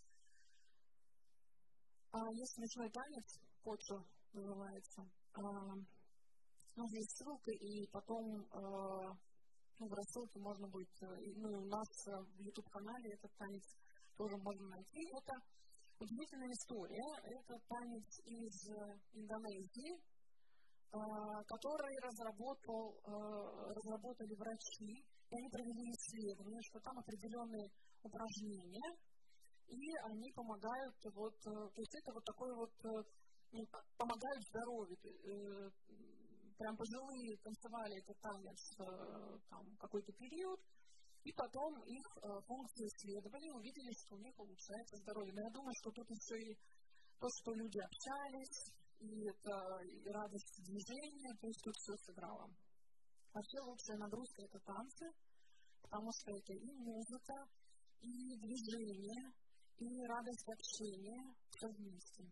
А, есть смешной танец, почва называется. А, ну, здесь ссылка, и потом а, ну, в рассылке можно будет, ну, у нас в YouTube-канале этот танец тоже можно найти. Это удивительная история. Это танец из Индонезии, который разработал, разработали врачи, и они провели исследование, что там определенные упражнения, и они помогают, вот, то есть это вот такой вот, помогают здоровью. Прям пожилые танцевали этот танец там какой-то период, и потом их функции исследовали, увидели, что у них улучшается здоровье. Но я думаю, что тут еще и то, что люди общались, и это и радость движения, то есть тут все сыграло. Вообще лучшая нагрузка – это танцы, потому что это и музыка, и движение, и радость общения, все вместе.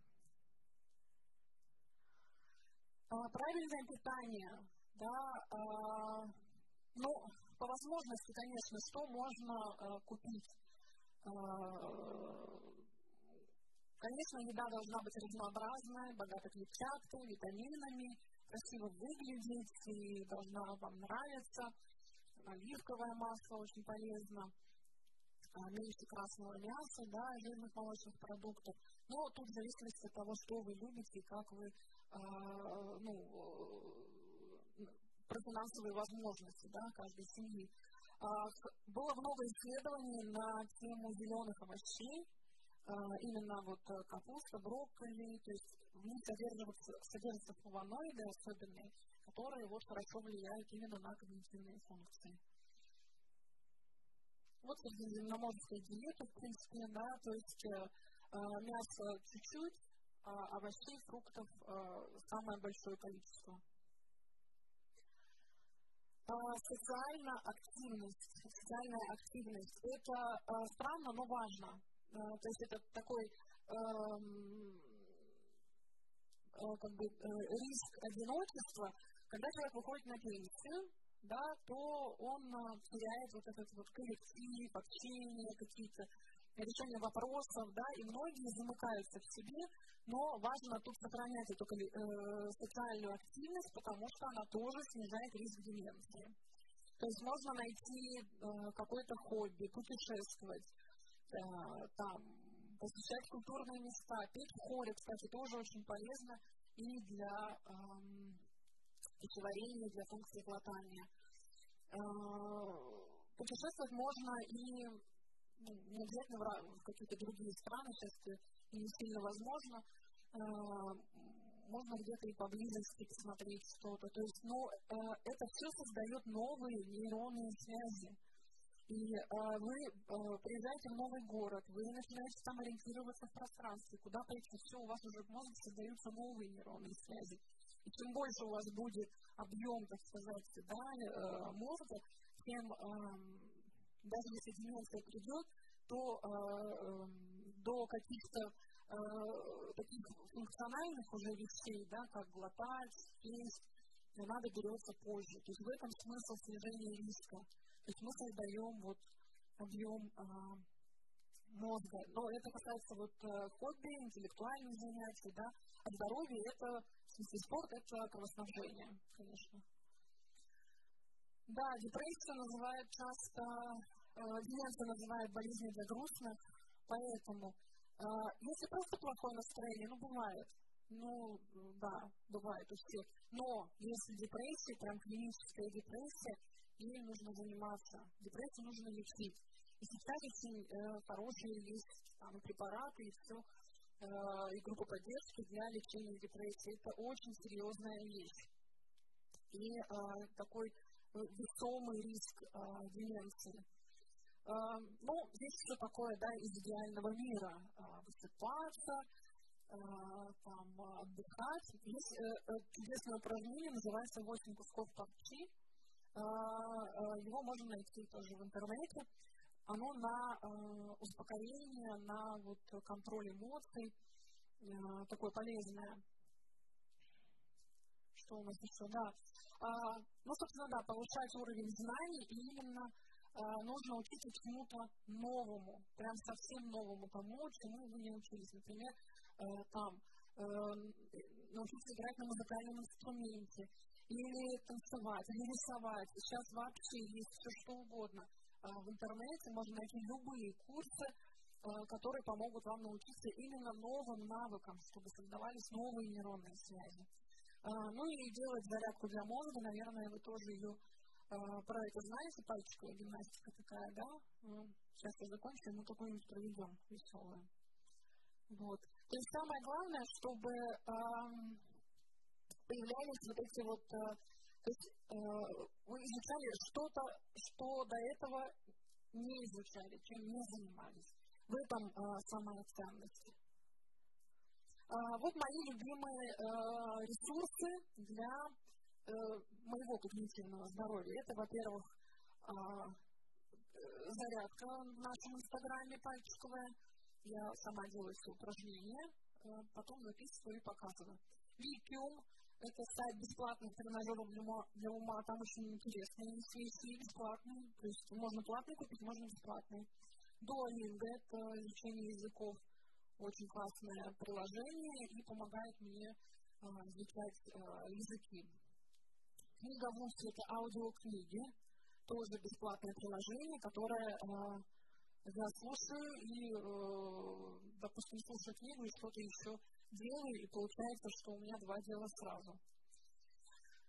А, правильное питание, да, а, ну, по возможности, конечно, что можно а, купить? А, Конечно, еда должна быть разнообразная, богата клетчаткой, витаминами, красиво выглядеть и должна вам нравиться. Оливковое масло очень полезно, меньше красного мяса, да, жирных молочных продуктов. Но тут в зависимости от того, что вы любите и как вы, э, ну, финансовые возможности, да, каждой семьи. Было много исследований на тему зеленых овощей, именно вот капуста, брокколи, то есть в них содержатся, содержатся флавоноиды особенные, которые вот хорошо влияют именно на когнитивные функции. Вот средиземноморская диета, в принципе, да, то есть э, мясо чуть-чуть, а овощей, фруктов э, самое большое количество. Социальная активность, социальная активность, это э, странно, но важно. Э, то есть это такой э, э, как бы, э, риск одиночества, когда человек выходит на пенсию, да, то он э, теряет вот этот вот коллектив, общение, какие-то решения вопросов, да, и многие замыкаются в себе, но важно тут сохранять эту э, социальную активность, потому что она тоже снижает риск деменции. То есть можно найти э, какое-то хобби, путешествовать, э, там, посещать культурные места, петь в хоре, кстати, тоже очень полезно и для э, пищеварения, для функции глотания. Э, путешествовать можно и ну, не обязательно в какие-то другие страны, сейчас это не сильно возможно, э, можно где-то и поблизости посмотреть что-то. То есть, ну, э, это все создает новые нейронные связи. И э, вы э, приезжаете в новый город, вы начинаете там ориентироваться в пространстве, куда пойти, все, у вас уже в мозге создаются новые нейронные связи. И чем больше у вас будет объем, так сказать, да, э, мозга, тем э, даже если деменция придет, то э, э, до каких-то э, таких функциональных уже вещей, да, как глотать, есть, надо берется позже. То есть в этом смысл снижения риска. То есть мы создаем вот объем э, мозга. Но это касается вот э, хобби, интеллектуальных занятий, да, а здоровье это, в смысле спорт, это кровоснабжение, конечно. Да, депрессию называют часто, э, деменция называют болезнью для грустных, поэтому э, если просто плохое настроение, ну бывает, ну да, бывает у всех, но если депрессия, прям клиническая депрессия, ей нужно заниматься, депрессию нужно лечить. И сейчас очень э, хорошие есть там, препараты и все, э, и группа поддержки для лечения депрессии, это очень серьезная вещь. И э, такой весомый риск э, деменции. Э, ну, здесь все такое, да, из идеального мира. Э, высыпаться, э, там, отдыхать. Есть э, э, чудесное упражнение, называется «восемь кусков парчи». Э, э, его можно найти тоже в интернете. Оно на э, успокоение, на вот, контроль эмоций. Э, такое полезное. Что у нас еще? Да. А, ну, собственно, да, повышать уровень знаний, и именно а, нужно учиться чему-то новому, прям совсем новому, тому, чему вы не учились. Например, а, там, а, научиться играть на музыкальном инструменте, или танцевать, или рисовать. Сейчас вообще есть все что угодно. А, в интернете можно найти любые курсы, а, которые помогут вам научиться именно новым навыкам, чтобы создавались новые нейронные связи. Uh, ну и делать зарядку для мозга, наверное, вы тоже ее uh, про это знаете, пальчиковая гимнастика такая, да? Uh, сейчас я закончу, мы какую-нибудь проведем веселую. Вот. То есть самое главное, чтобы uh, появлялись вот эти вот, uh, то есть uh, вы изучали что-то, что до этого не изучали, чем не занимались. В этом uh, самая ценность. Uh, вот мои любимые uh, ресурсы для uh, моего когнитивного здоровья. Это, во-первых, uh, зарядка в нашем инстаграме пальчиковая. Я сама делаю все упражнения, uh, потом записываю и показываю. Викиум – это сайт бесплатных тренажеров для ума, для ума. Там очень интересные вещи, бесплатные. То есть можно платные купить, можно бесплатные. Duolingo – это изучение языков. Очень классное приложение и помогает мне э, изучать э, языки. Книга Вуз – это аудиокниги, тоже бесплатное приложение, которое э, я слушаю и, э, допустим, слушаю книгу и что-то еще делаю, и получается, что у меня два дела сразу.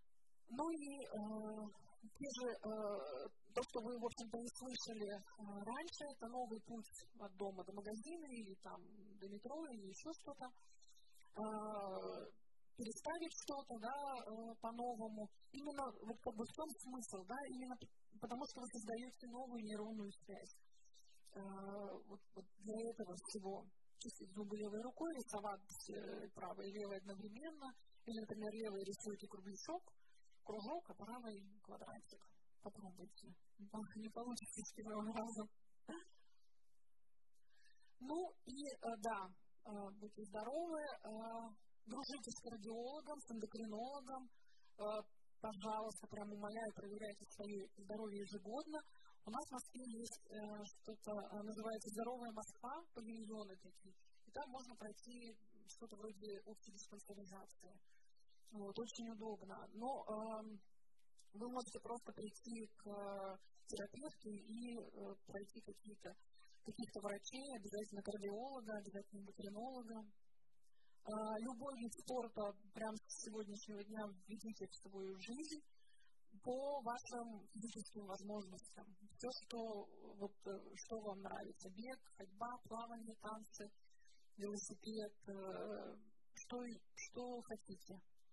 Ну и э, те же, э, то, что вы, в общем-то, не слышали э, раньше, это новый путь от дома до магазина или там до метро или еще что-то. Э, переставить что-то, да, э, по-новому. Именно вот как бы в том смысл, да, именно потому что вы создаете новую нейронную связь. Э, вот, вот для этого всего чистить зубы левой рукой, рисовать э, правой и левой одновременно, или, например, левой рисуете кругляшок, кружок, а правой квадратик. Попробуйте. Не получится с первого раза. Ну и э, да, э, будьте здоровы. Э, Дружите с кардиологом, с эндокринологом, э, пожалуйста, прям умоляю, проверяйте свое здоровье ежегодно. У нас в Москве есть э, что-то, э, называется «Здоровая Москва», павильоны такие, и там можно пройти что-то вроде общей диспансеризации. Вот, очень удобно. Но э, вы можете просто прийти к э, терапевту и э, пройти какие-то, каких-то врачей, обязательно кардиолога, обязательно эндокринолога. Любой вид спорта прямо с сегодняшнего дня введите в свою жизнь по вашим физическим возможностям. Все, что, вот, что вам нравится. Бег, ходьба, плавание, танцы, велосипед, что, что хотите.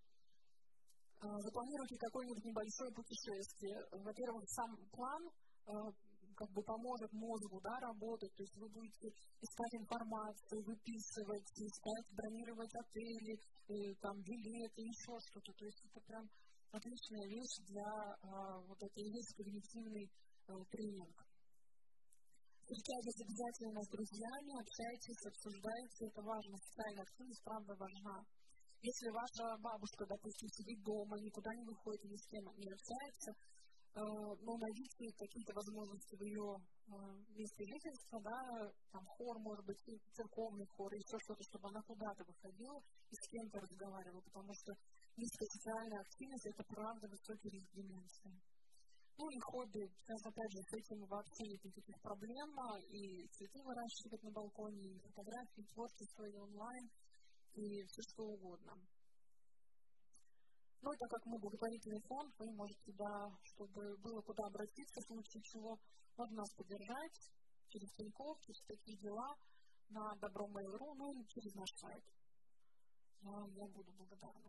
Запланируйте какое-нибудь небольшое путешествие. Во-первых, сам план как бы поможет мозгу, да, работать, то есть вы будете искать информацию, выписывать, искать, бронировать отели, э, там, билеты, еще что-то, то есть это прям отличная вещь для э, вот этой весь когнитивный э, тренинг. Встречайтесь обязательно с друзьями, общайтесь, обсуждайте, это важно, социальная активность, правда, важна. Если ваша бабушка, допустим, сидит дома, никуда не выходит, ни с кем не общается, но найдите какие-то возможности в ее э, месте жительства, да, там хор, может быть, церковный хор, еще что-то, чтобы она куда-то выходила и с кем-то разговаривала, потому что низкая социальная активность – это правда высокий риск деменции. Ну и хобби, сейчас опять же с этим вообще нет никаких проблем, и цветы выращивать на балконе, и фотографии, творчество, и онлайн, и все что угодно. Ну, и так как мы благотворительный фонд, вы можете, да, чтобы было куда обратиться, в случае чего, можно нас поддержать через Тинькофф, через такие дела, на добро точка мейл точка ру, ну или через наш сайт. Я, я буду благодарна.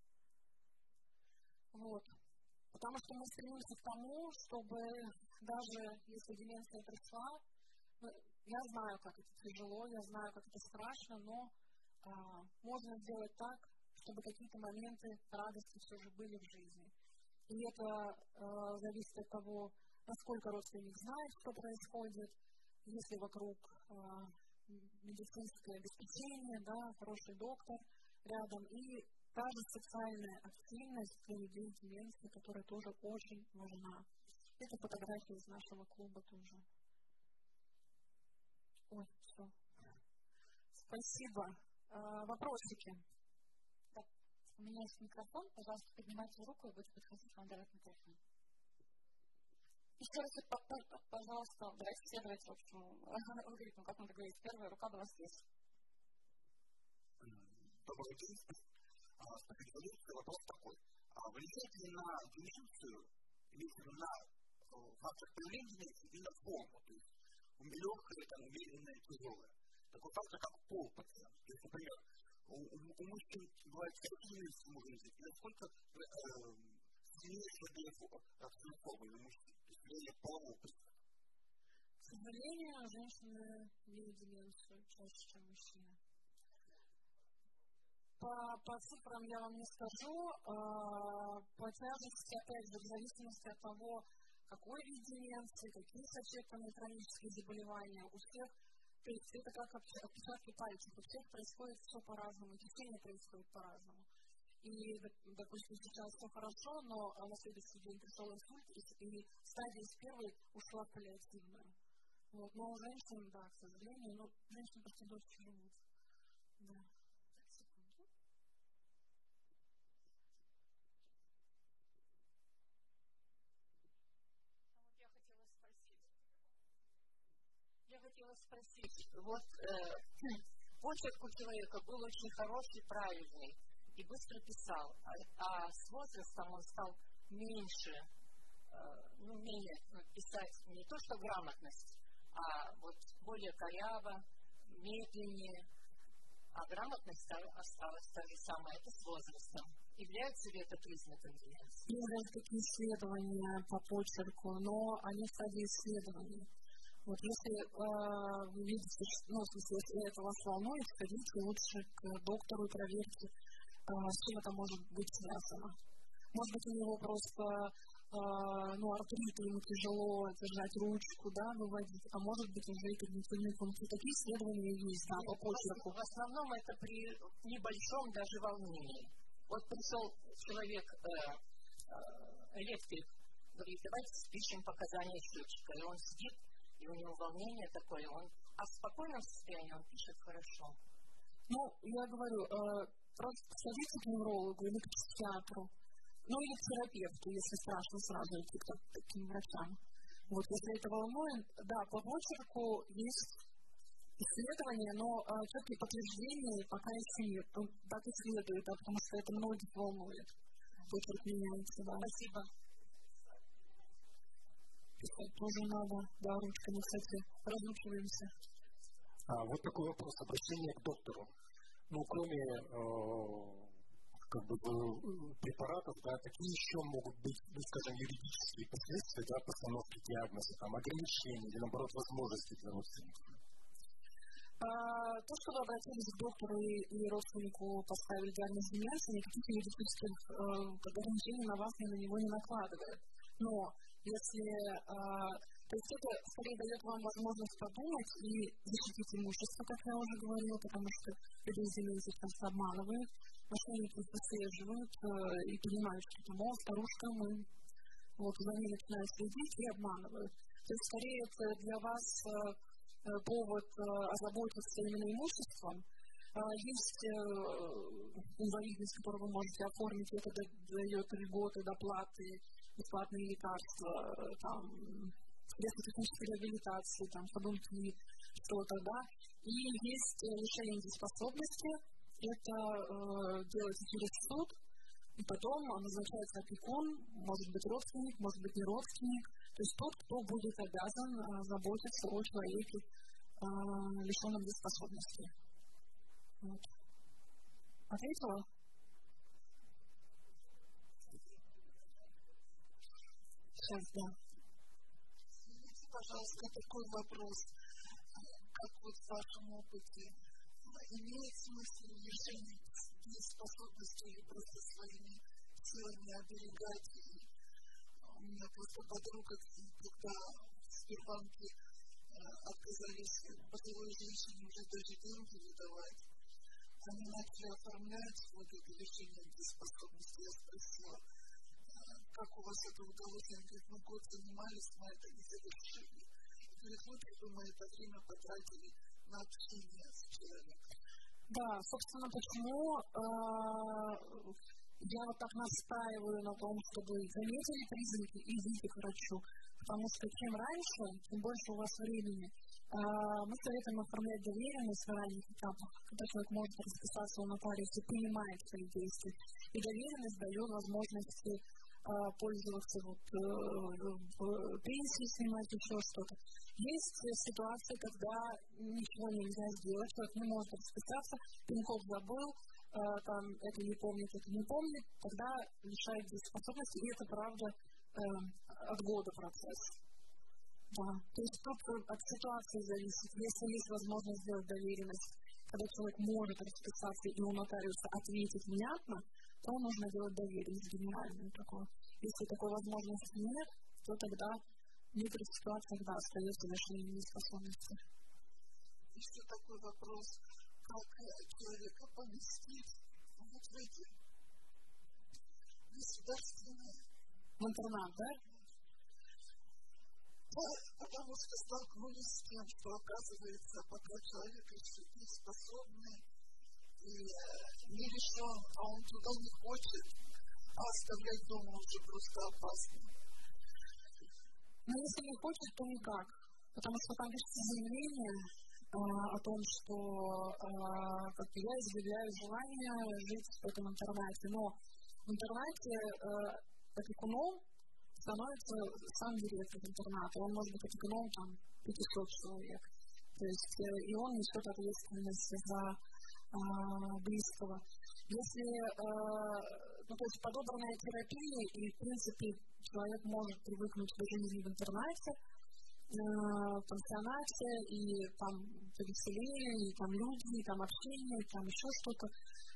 Вот. Потому что мы стремимся к тому, чтобы даже если деменция пришла, ну, я знаю, как это тяжело, я знаю, как это страшно, но а, можно сделать так, чтобы какие-то моменты радости все же были в жизни. И это э, зависит от того, насколько родственник знает, что происходит, есть ли вокруг э, медицинское обеспечение, да, хороший доктор рядом, и та же социальная активность для людей с деменцией, которая тоже очень важна. Это фотографии из нашего клуба тоже. Ой, все. Спасибо. Э, вопросики? У меня есть микрофон, пожалуйста, поднимайте руку и будете подходить вам давать микрофон. Еще раз, пожалуйста, давайте следовать общему алгоритму, как надо говорить. Первая рука была здесь. Добрый день. Специалист, вопрос такой. Влияет ли на деменцию, или на фактор появления деменции, или на форму? То есть легкая, там, умеренная, тяжелая. Такой фактор, как пол пациента. То есть, например, У, у, у мужчин бывает фертильность в мужчине, и насколько сильнее слабее формы у мужчин, то есть сильнее полового признания. К сожалению, женщины имеют деменцию чаще, чем мужчины. По, по цифрам я вам не скажу, по тяжести, опять же, в зависимости от того, какой вид деменции, какие сочетанные хронические заболевания, у всех. То есть это как отпечатки пальцев, у всех происходит все по-разному, течение происходит по-разному. И, допустим, сейчас все хорошо, но на следующий день пришел инсульт, и, и стадия из первой ушла в паллиативную. Вот. Но у женщин, да, к сожалению, но женщины почти дольше живут. Да. Секунду. Я хотела спросить. Я хотела спросить, вот э, почерк у человека был очень хороший, правильный и быстро писал, а, а с возрастом он стал меньше, ну, менее писать не то что грамотность, а вот более коряво, медленнее, а грамотность осталась та же самая, это с возрастом. Является ли это признаком деменции? Есть даже такие исследования по почерку, но они в стадии исследований. Вот если э, вы видите, ну, в смысле, если это вас волнует, сходите лучше к доктору и проверьте, э, с чем это может быть связано. Может быть, у него просто э, ну, артрит, ему тяжело держать ручку, да, выводить, а может быть, уже и когнитивные функции. Такие исследования есть, да, по почерку. В основном это при небольшом даже волнении. Вот пришел человек, э, э, электрик, говорит, давайте спишем показания счетчика. И он сидит, и у него волнение такое, он, а в спокойном состоянии он пишет хорошо. Ну, я говорю, э, просто садиться к неврологу или к психиатру, ну или к терапевту, если страшно сразу идти к таким врачам. Вот, если это волнует, да, по почерку есть исследования, но а, четкие подтверждения пока еще нет. Ну, так и следует, да, потому что это многих волнует. Почерк меняется, да. Спасибо. Писать тоже надо, да, ручками, кстати, разучиваемся. А, вот такой вопрос, обращение к доктору. Ну, кроме э, как бы, препаратов, да, какие еще могут быть, ну, скажем, юридические последствия, да, постановки диагноза, там, ограничения или, наоборот, возможности для родственников? А, то, что вы обратились к доктору и, и родственнику поставили диагноз деменции, никаких юридических э, ограничений на вас и на него не накладывает. Но если, э, то есть это скорее дает вам возможность подумать и защитить имущество, как я уже говорила, потому что люди с деменцией часто обманывают, мошенники выслеживают э, и понимают, что там, о, старушка, мы вот за ней начинают следить и обманывают. То есть скорее это для вас э, повод э, озаботиться именно имуществом. Э, есть э, инвалидность, которую вы можете оформить, это дает льготы, доплаты, бесплатные лекарства, э, там, средства технической реабилитации, там, ходунки, что-то, да. И есть лишение дееспособности, это э, делается через суд, и потом назначается опекун, может быть родственник, может быть не родственник, то есть тот, кто будет обязан э, заботиться о человеке, э, лишенном дееспособности. Вот. Ответила? Сейчас, да. Извините, пожалуйста, такой вопрос. Как вот в вашем опыте имеет смысл лишение дееспособности или просто своими силами оберегать? И у меня просто подруга, когда в Сбербанке отказались пожилой женщине уже даже деньги выдавать, они начали оформлять вот это лишение дееспособности. Я спросила, как у вас это удалось? Они говорят, мы год занимались, мы это не завершили. И говорят, лучше бы мы это время потратили на общение с человеком. Да, собственно, почему э, я вот так настаиваю на том, чтобы заметили признаки и идите к врачу. Потому что чем раньше, тем больше у вас времени. Э, мы советуем оформлять доверенность на ранних этапах, когда человек может расписаться у нотариуса и понимает свои действия. И доверенность дает возможности э, пользоваться вот, э, пенсией, снимать еще что-то. Есть ситуации, когда ничего нельзя сделать, человек не может расписаться, пин-код забыл, э, там, это не помнит, это не помнит, тогда лишает дееспособности, и это правда э, от года процесс. Да. То есть тут от ситуации зависит. Если есть возможность сделать доверенность, когда человек может расписаться и у нотариуса ответить внятно, то нужно делать доверенность генеральную такую. Если такой возможности нет, то тогда в некоторых ситуациях, да, остается лишение дееспособности. Еще такой вопрос, как человека поместить вот в эти государственные... В интернат, да? Да, потому что столкнулись с тем, что оказывается, пока человек еще дееспособный и не решен, а он туда не хочет, а оставлять дома уже просто опасно. Но если не хочет, то никак. Потому что там пишется заявление э, о том, что э, как я изъявляю желание жить в этом интернате. Но в интернате э, опекуном становится сам директор интерната. Он может быть опекуном там пятьсот человек. То есть и он несет ответственность за а, близкого. Если а, ну, то есть подобранная терапия, и в принципе человек может привыкнуть к жизни в интернате, в пансионате, и там повеселее, и там люди, и там общение, и там еще что-то.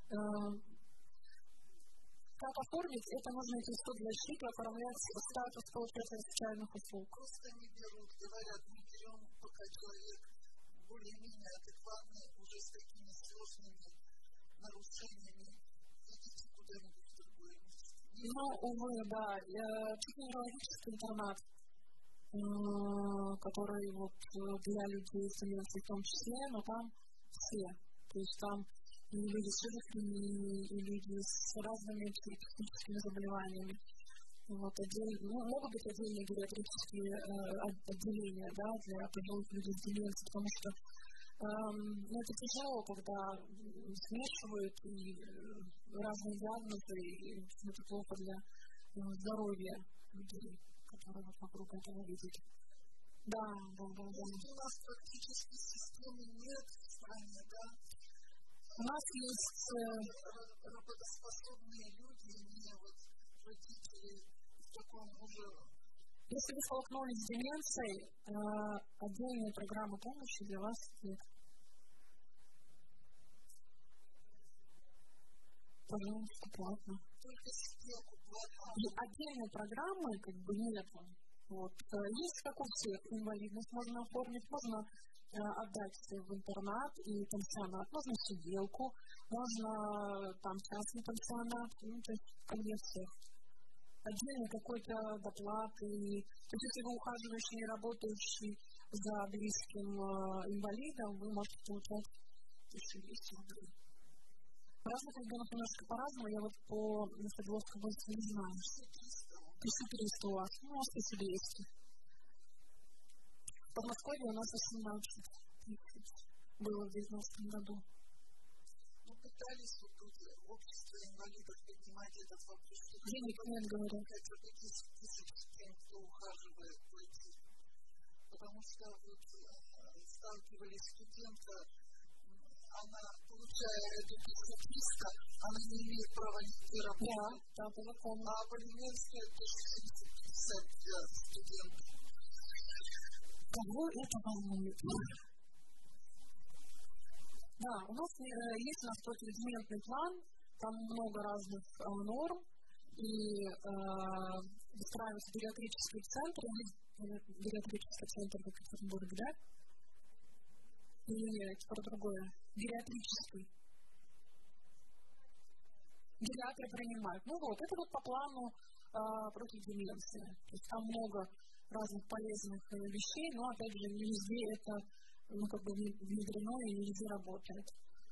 Как оформить, это нужно идти в суд защиты, оформлять статус получателя социальных услуг. Просто не берут, говорят, мы берем, пока человек более-менее адекватный, уже с такими сложными нарушениями, идите куда-нибудь в другое место. Ну, увы, да. Психоневрологический интернат, который вот для людей с деменцией в том числе, но там все. То есть там и люди с шизофренией, и люди с разными психическими заболеваниями. Вот, отдель, ну, могут быть отдельные гериатрические э, отделения, да, для пожилых людей с деменцией, потому что эм, ну, это тяжело, когда смешивают и разные диагнозы, и это плохо для э, здоровья людей, которые вот вокруг этого видят. Да, да, да, да. У нас практически системы нет в стране, да? У нас есть э, работоспособные люди, не вот родители в таком уже... Если вы столкнулись с деменцией, э, отдельные программы помощи для вас нет. Пожалуйста, платно. Только сиделку платно. И отдельной программы как бы нет. Вот. Есть, как у всех, инвалидность можно оформить, можно э, отдать в интернат и пансионат, можно сиделку, можно там частный пансионат, ну, то есть как для всех. Отдельно какой-то доплаты. То есть если вы ухаживающий и работающий за близким э, инвалидом, вы можете получать тысячу двести рублей. В разных регионах немножко по-разному, я вот по Свердловской области не знаю. тысяча триста у вас, ну, у вас тысяча двести. В Подмосковье у нас восемнадцать тысяч было в девяностом году. Ну, пытались вот тут общество инвалидов поднимать этот вопрос. Денег нет, говорят. Это десять тысяч тем, кто ухаживает в этих. Потому что вот сталкивались студентка, она, получая эту тысячу триста, она не имеет права нигде работать. Да, да, по закону. А абонементская тысяча семьсот пятьдесят для студентов. Кого это волнует? Да, у нас э, есть у нас противодементный план, там много разных э, норм, и э, выстраиваются гериатрические центры, есть гериатрический центр в Екатеринбурге, да? Или что-то другое. Гериатрический. Гериатры принимают. Ну вот, это вот по плану э, против деменции. То есть там много разных полезных э, вещей, но опять же не везде это ну, как бы внедрено и не везде работает.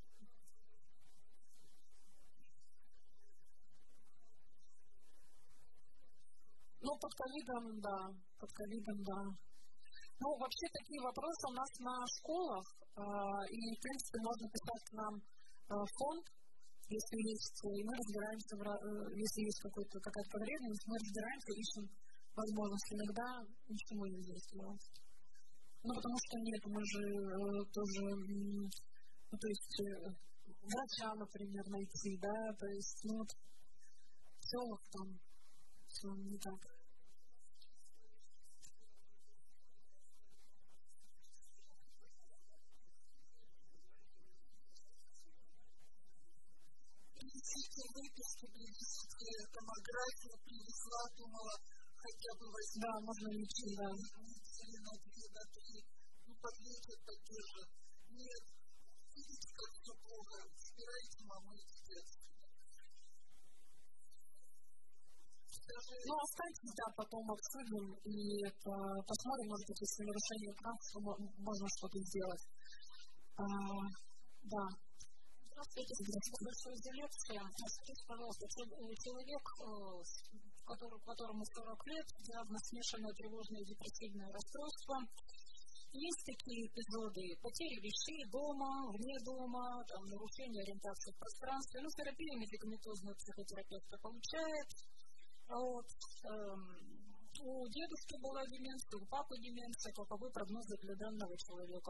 Ну, под ковидом, да. Под ковидом, да. Ну, вообще такие вопросы у нас на школах, э, и, в принципе, можно писать к нам э, фонд, если есть, и мы разбираемся, в, э, если есть какой-то, какая-то потребность, мы разбираемся, ищем возможность. Иногда ничего нельзя сделать. Ну, потому что нет, мы же э, тоже, э, ну, то есть, э, врача, например, найти, да, то есть, ну, вот, все там, все не так. Принесите выписку, принесите томографию, принесла, думала, хотя бы возьму. Да, можно лечить, да. Недели на две, на три, ну, подлечат, поддержат. Нет, видите, как все плохо, собирайте маму и детей. Ну, останьтесь, да, потом обсудим и это, посмотрим, может быть, если нарушение прав, то можно что-то сделать. А, да. Здравствуйте, спасибо большое за лекцию. Скажите, пожалуйста, человек, который, которому сорок лет, диагноз смешанное тревожное и депрессивное расстройство, есть такие эпизоды потери вещей дома, вне дома, там, нарушение ориентации в пространстве, ну, терапию медикаментозного психотерапевта получает. Вот. У дедушки была деменция, у папы деменция. Каковы прогнозы для данного человека?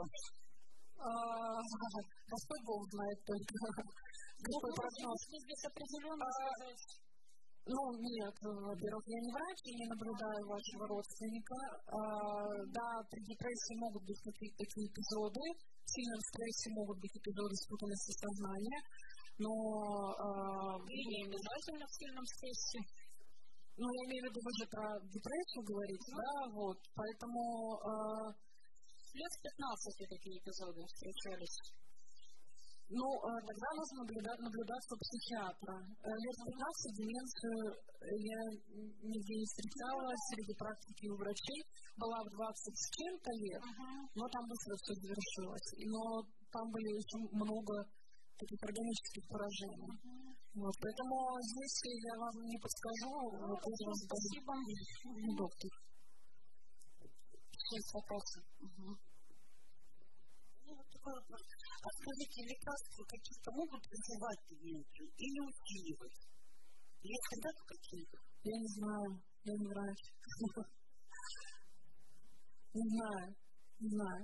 Господь Бог знает только. Какой прогноз? Здесь определенно сказать. Ну, нет, во-первых, я не врач, и не наблюдаю вашего родственника. А, да, при депрессии могут быть какие-то такие эпизоды, в сильном стрессе могут быть эпизоды спутанности сознания, но а, и не обязательно в сильном стрессе. Ну, я имею в виду, вы же про депрессию говорите, mm-hmm. да, вот, поэтому а, лет в пятнадцать такие эпизоды встречались. Ну, тогда нужно наблюдать, наблюдаться у психиатра. Лет пятнадцать деменцию я нигде не встречала, среди практики у врачей. Была в двадцать с чем-то лет, uh-huh. но там быстро все завершилось. Но там были очень много таких органических поражений. Uh-huh. Вот, поэтому здесь я вам не подскажу. Uh-huh. Вот, uh-huh. Спасибо, доктор. Есть вопросы. Uh-huh. А скажите, лекарства какие-то могут вызывать деменцию или усиливать? Есть хотя бы какие-то? Я не знаю, я не врач. Не знаю, не знаю.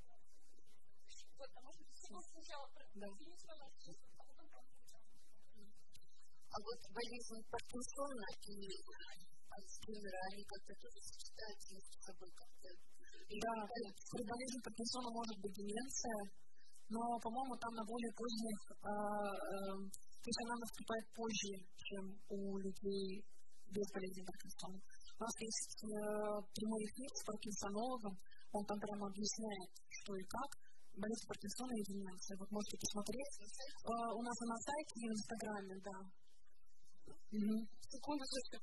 А вот болезнь Паркинсона и Альцгеймера, они как-то тоже сочетаются между собой как-то? Да, при болезни Паркинсона может быть деменция, но, по-моему, там на более поздних, а, а, то есть она наступает позже, чем у людей без болезни Паркинсона. У нас есть а, прямой эфир с паркинсонологом, он там прямо объясняет, что и как, болезнь Паркинсона и деменция. Вот можете посмотреть. А, у нас на сайте и в Инстаграме, да. Угу. Секунду, слушайте.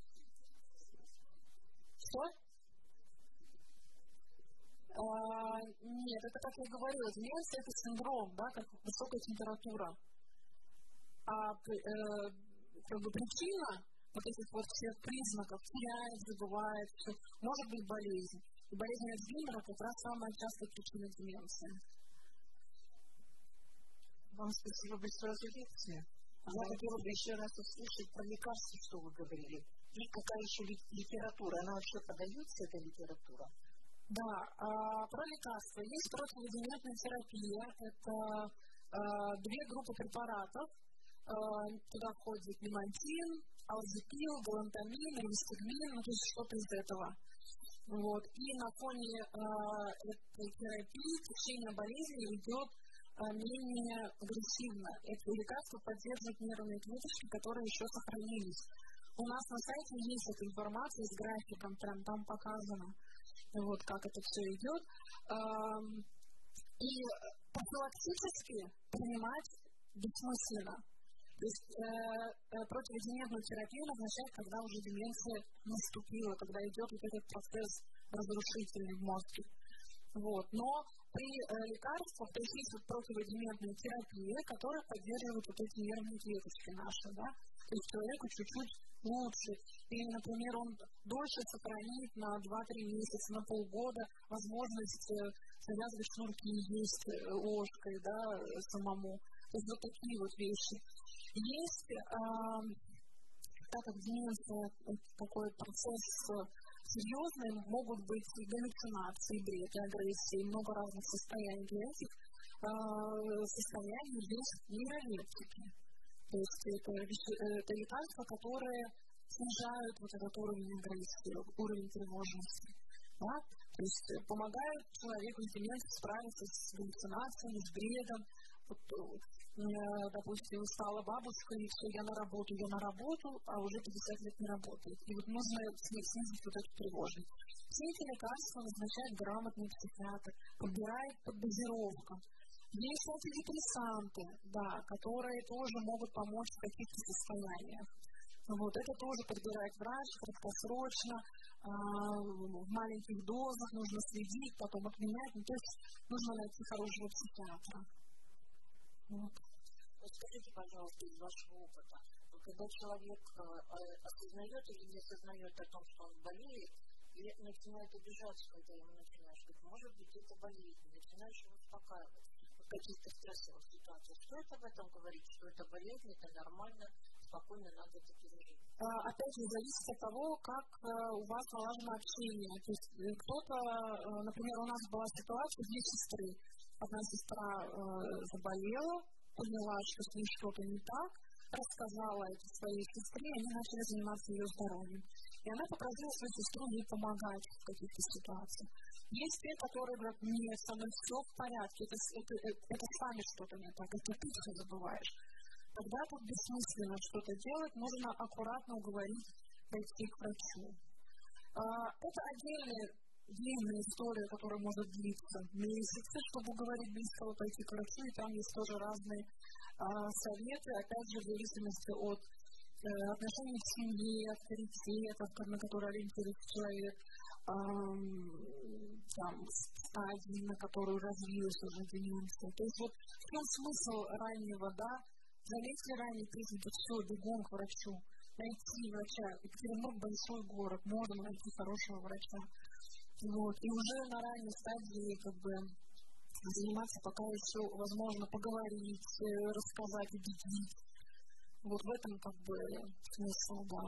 Что? А, нет, это, как я говорила, деменция — это синдром, да, как высокая температура. А э, как бы причина вот этих вот всех признаков теряет, забывает, все, может быть болезнь. И болезнь Альцгеймера как раз самая частая причина деменции. Вам спасибо большое за лекцию. Я хотела бы еще раз услышать про лекарства, что вы говорили. И какая еще литература? Она вообще подается, эта литература? Да, а, про лекарства. Есть противодеметная терапия. Это а, две группы препаратов. А, туда входит мемантин, алзепил, галантамин, ривастигмин, ну то есть что-то из этого. Вот. И на фоне а, этой терапии течение болезни идет а, менее агрессивно. Эти лекарства поддерживают нервные клеточки, которые еще сохранились. У нас на сайте есть эта информация с графиком, прям там показано. Вот как это все идет. И профилактически принимать бессмысленно. То есть э, противодеметную терапию назначают, когда уже деменция наступила, когда идет вот этот процесс разрушительный в мозге. Вот. Но при э, лекарствах, то есть есть вот противодеметная терапия, которая поддерживает вот эти нервные клеточки наши, да. То есть человеку чуть-чуть лучше. Или, например, он дольше сохранит на два-три месяца, на полгода возможность э, завязывать шнурки, есть э, ложкой, да, самому. То есть вот такие вот вещи. Есть, э, так как деменция такой процесс серьезный, могут быть и галлюцинации, бред, и агрессии, много разных состояний. Для этих э, состояний есть нейролептики. То есть это, это лекарства, которые снижают вот этот уровень агрессии, уровень тревожности. Да? То есть помогают человеку с деменцией справиться с галлюцинациями, с бредом. Вот, допустим, стала бабушка, и все, я на работу, я на работу, а уже пятьдесят лет не работает. И вот нужно снизить вот эту тревожность. Все эти лекарства назначает грамотный психиатр, подбирает под дозировку. Есть антидепрессанты, да, которые тоже могут помочь в каких-то состояниях. Вот, это тоже подбирает врач краткосрочно, а, в маленьких дозах, нужно следить, потом отменять. Ну, то есть нужно найти хорошего психиатра. Вот. Вот скажите, пожалуйста, из вашего опыта, когда человек э, осознает или не осознает о том, что он болеет, и начинает обижаться, когда ему начинаешь говорить, может быть, это болезнь, начинаешь его успокаивать в каких-то стрессовых ситуациях. Что это об этом говорит, что это болезнь, это нормально, спокойно надо это пережить. Опять же, зависит от того, как у вас налажено общение. То есть кто-то, например, у нас была ситуация, две сестры. Одна сестра заболела, поняла, что с ней что-то не так, рассказала это своей сестре, и они начали заниматься ее здоровьем. И она попросила свою сестру ей помогать в каких-то ситуациях. Есть те, которые говорят, нет, со мной все в порядке, это, это, это, это с вами что-то не так, это ты все забываешь. Тогда тут бессмысленно что-то делать, нужно аккуратно уговорить пойти к врачу. Это отдельная длинная история, которая может длиться месяцы, чтобы уговорить близкого пойти к врачу, и там есть тоже разные советы, опять же, в зависимости от отношений к семье, авторитетов, на которые ориентируется человек, там, стадии, на которую развилась уже деменция. То есть вот в чем смысл раннего, да, залезть ранний признак, все, бегом к врачу, найти врача. Екатеринбург большой город, можно найти хорошего врача. Вот. И уже на ранней стадии как бы заниматься, пока еще возможно поговорить, рассказать, убедить. Вот в этом как бы смысл, да.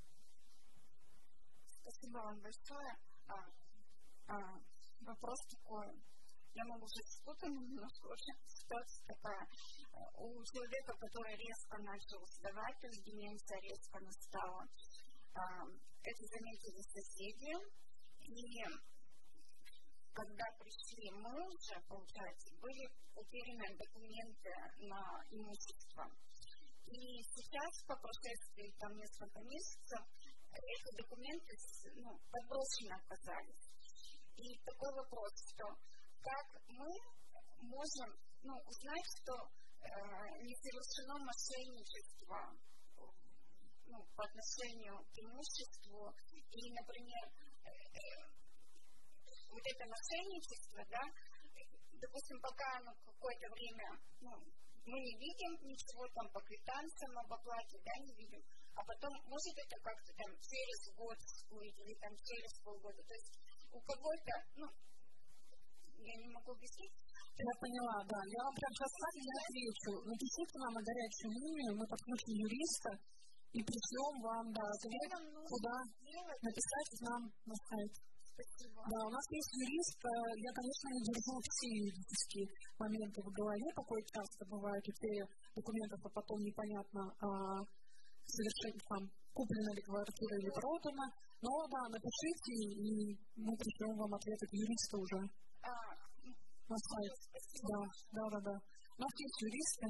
Спасибо вам большое. А, а, вопрос такой. Я могу быть спутанным немножко. Вообще ситуация такая. У человека, который резко начал сдавать, то есть деменция резко настала, а, это заметили соседи. И когда пришли мы уже, получается, были утеряны документы на имущество. И сейчас, по прошествии там несколько месяцев, эти документы ну, подброшены оказались. И такой вопрос, что как мы можем ну, узнать, что э, не совершено мошенничество ну, по отношению к имуществу, и, например, э, э, вот это мошенничество, да, допустим, пока оно какое-то время, ну, мы не видим ничего там по квитанциям об оплате, да, не видим, а потом может это как-то там через год всплыть или там через полгода, то есть у кого-то, ну, я не могу объяснить. Я поняла, да, я вам прям сейчас так не отвечу. Напишите нам на горячую линию, мы подключим юриста и пришлем вам, да, ответ, куда сделать? Написать нам на сайт. Спасибо. Да, у нас есть юрист, я, конечно, не держу все юридические моменты в голове, такое часто бывает, и все документов, а потом непонятно, а, совершенно там, куплена ли квартира или продана, но да, напишите, и мы пришлем вам ответ от юриста уже а, на сайт. Да, да, да, да. У нас есть юристы.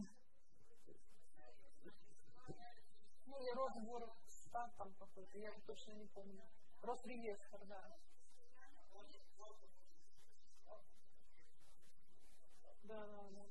Ну, и Росгорстат там какой-то, я точно не помню. Росреестр, да. Да, да, да.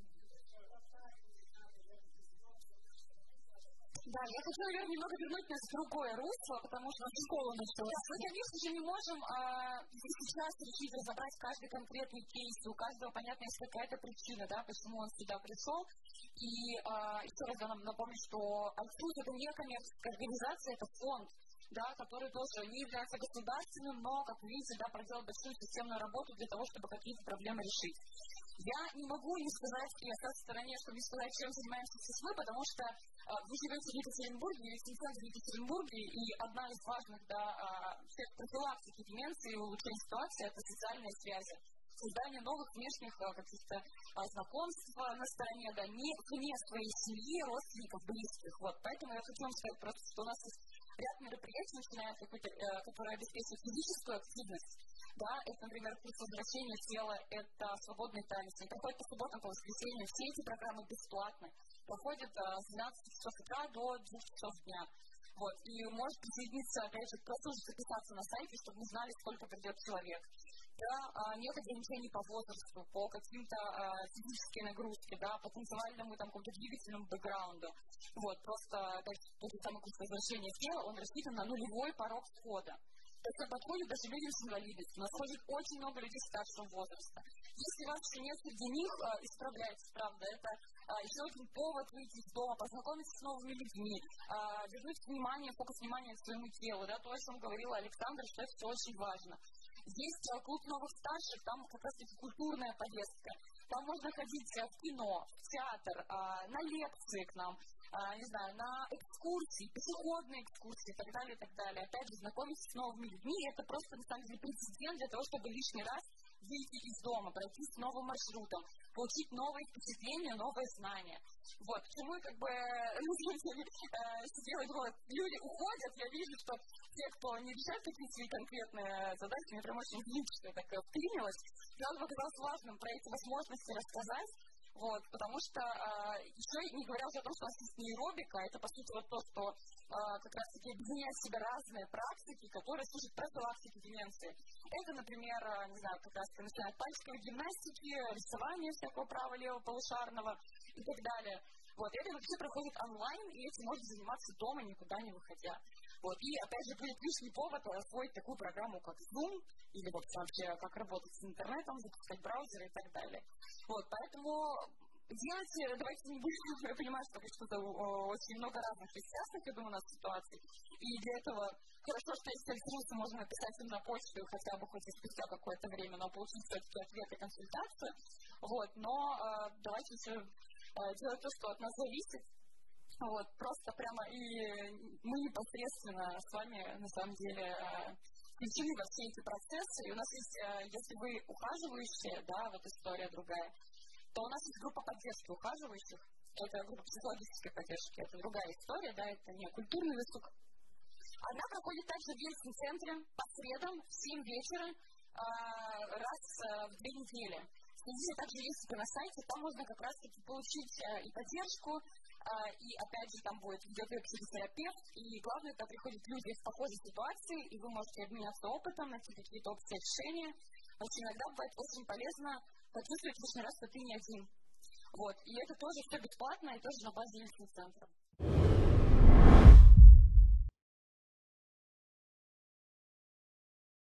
Да, я хочу, наверное, немного вернуть нас в другое русло, потому что школа началась. Мы, конечно же, не можем а, сейчас решить разобрать каждый конкретный кейс. У каждого, понятно, есть какая-то причина, да, почему он сюда пришел. И а, еще раз я нам напомню, что Альтруд — это не коммерческая организация, это фонд, да, который тоже не является государственным, но, как вы видите, да, проделал большую системную работу для того, чтобы какие-то проблемы решить. Я не могу не сказать и остаться в стороне, чтобы не сказать, чем занимаемся сейчас мы, потому что э, вы живете в Екатеринбурге, весь центр в Екатеринбурге, и одна из важных да, э, профилактики деменции и улучшения ситуации — это социальные связи. Создание новых внешних э, каких-то э, знакомств на стороне, да, не вне своей семьи, родственников, близких. Вот. Поэтому я хочу вам сказать просто, что у нас есть ряд мероприятий, начиная какой-то, э, которые обеспечивают физическую активность. Да, это, например, курс возвращения тела, это свободный танец. Он проходит по субботам, по воскресеньям. Все эти программы бесплатны. Проходят э, с двенадцати часов утра до двух часов дня. Вот. И может присоединиться, опять же, просто уже записаться на сайте, чтобы мы знали, сколько придет человек. Да, а, нет ограничений по возрасту, по каким-то а, физической нагрузке, да, по танцевальному, там, какому-то двигательному бэкграунду. Вот, просто, опять же, тот же самый курс возвращения тела, он рассчитан на нулевой порог входа. То есть он подходит даже людям с инвалидностью. У нас ходит очень много людей старшего возраста. Если вас еще нет среди них, а, исправляйтесь, правда. Это а, еще один повод выйти из дома, познакомиться с новыми людьми, а, вернуть внимание, фокус внимания к своему телу. Да, то, о чем говорила Александра, что это все очень важно. Есть а, клуб новых старших, там как раз-таки культурная повестка. Там можно ходить а, в кино, в театр, а, на лекции к нам. не знаю, на экскурсии, пешеходные экскурсии и так далее, и так далее. Опять же, знакомиться с новыми людьми, и это просто, на самом деле, прецедент для того, чтобы лишний раз выйти из дома, пройтись новым маршрутом, получить новые впечатления, новые знания. Вот, почему как бы делать, вот, люди уходят, я вижу, что те, кто не решает какие-то свои конкретные задачи, мне прям очень видно, что я так вклинилась, мне показалось важным про эти возможности рассказать. Вот, потому что а, еще не говоря уже о том, что у нас есть нейробика, это по сути вот то, что а, как раз таки объединяет в себе разные практики, которые служат профилактике деменции. Это, например, а, не знаю, как раз начиная от пальчиковой гимнастики, рисования всякого право-левого полушарного и так далее. Вот, это вообще проходит онлайн, и этим можно заниматься дома, никуда не выходя. Вот, и опять же будет лишний повод освоить такую программу, как Zoom, или вот вообще как работать с интернетом, запускать браузеры и так далее. Вот, поэтому делайте, давайте не будем, я понимаю, что что-то очень много разных естественных, я думаю, у нас ситуаций, и для этого хорошо, что если интересуется, можно написать им на почту, хотя бы хоть и спустя какое-то время, но получить все-таки ответ и консультацию, вот, но э, давайте еще э, делать то, что от нас зависит. Вот, просто прямо и мы непосредственно с вами, на самом деле, включены во все эти процессы. И у нас есть, если вы ухаживающие, да, вот история другая, то у нас есть группа поддержки ухаживающих. Это группа психологической поддержки. Это другая история, да, это не культурный выступ. Она проходит также в Ельцин центре по средам в семь вечера раз в две недели. Следите также есть на сайте, там можно как раз-таки получить и поддержку, и опять же там будет видеопсихотерапевт, и главное, когда приходят люди в похожей ситуации, и вы можете обменяться опытом, найти какие-то опции решения. Очень иногда бывает очень полезно почувствовать лишний раз, что ты не один. Вот. И это тоже все бесплатно, и тоже на базе Ельцин центра.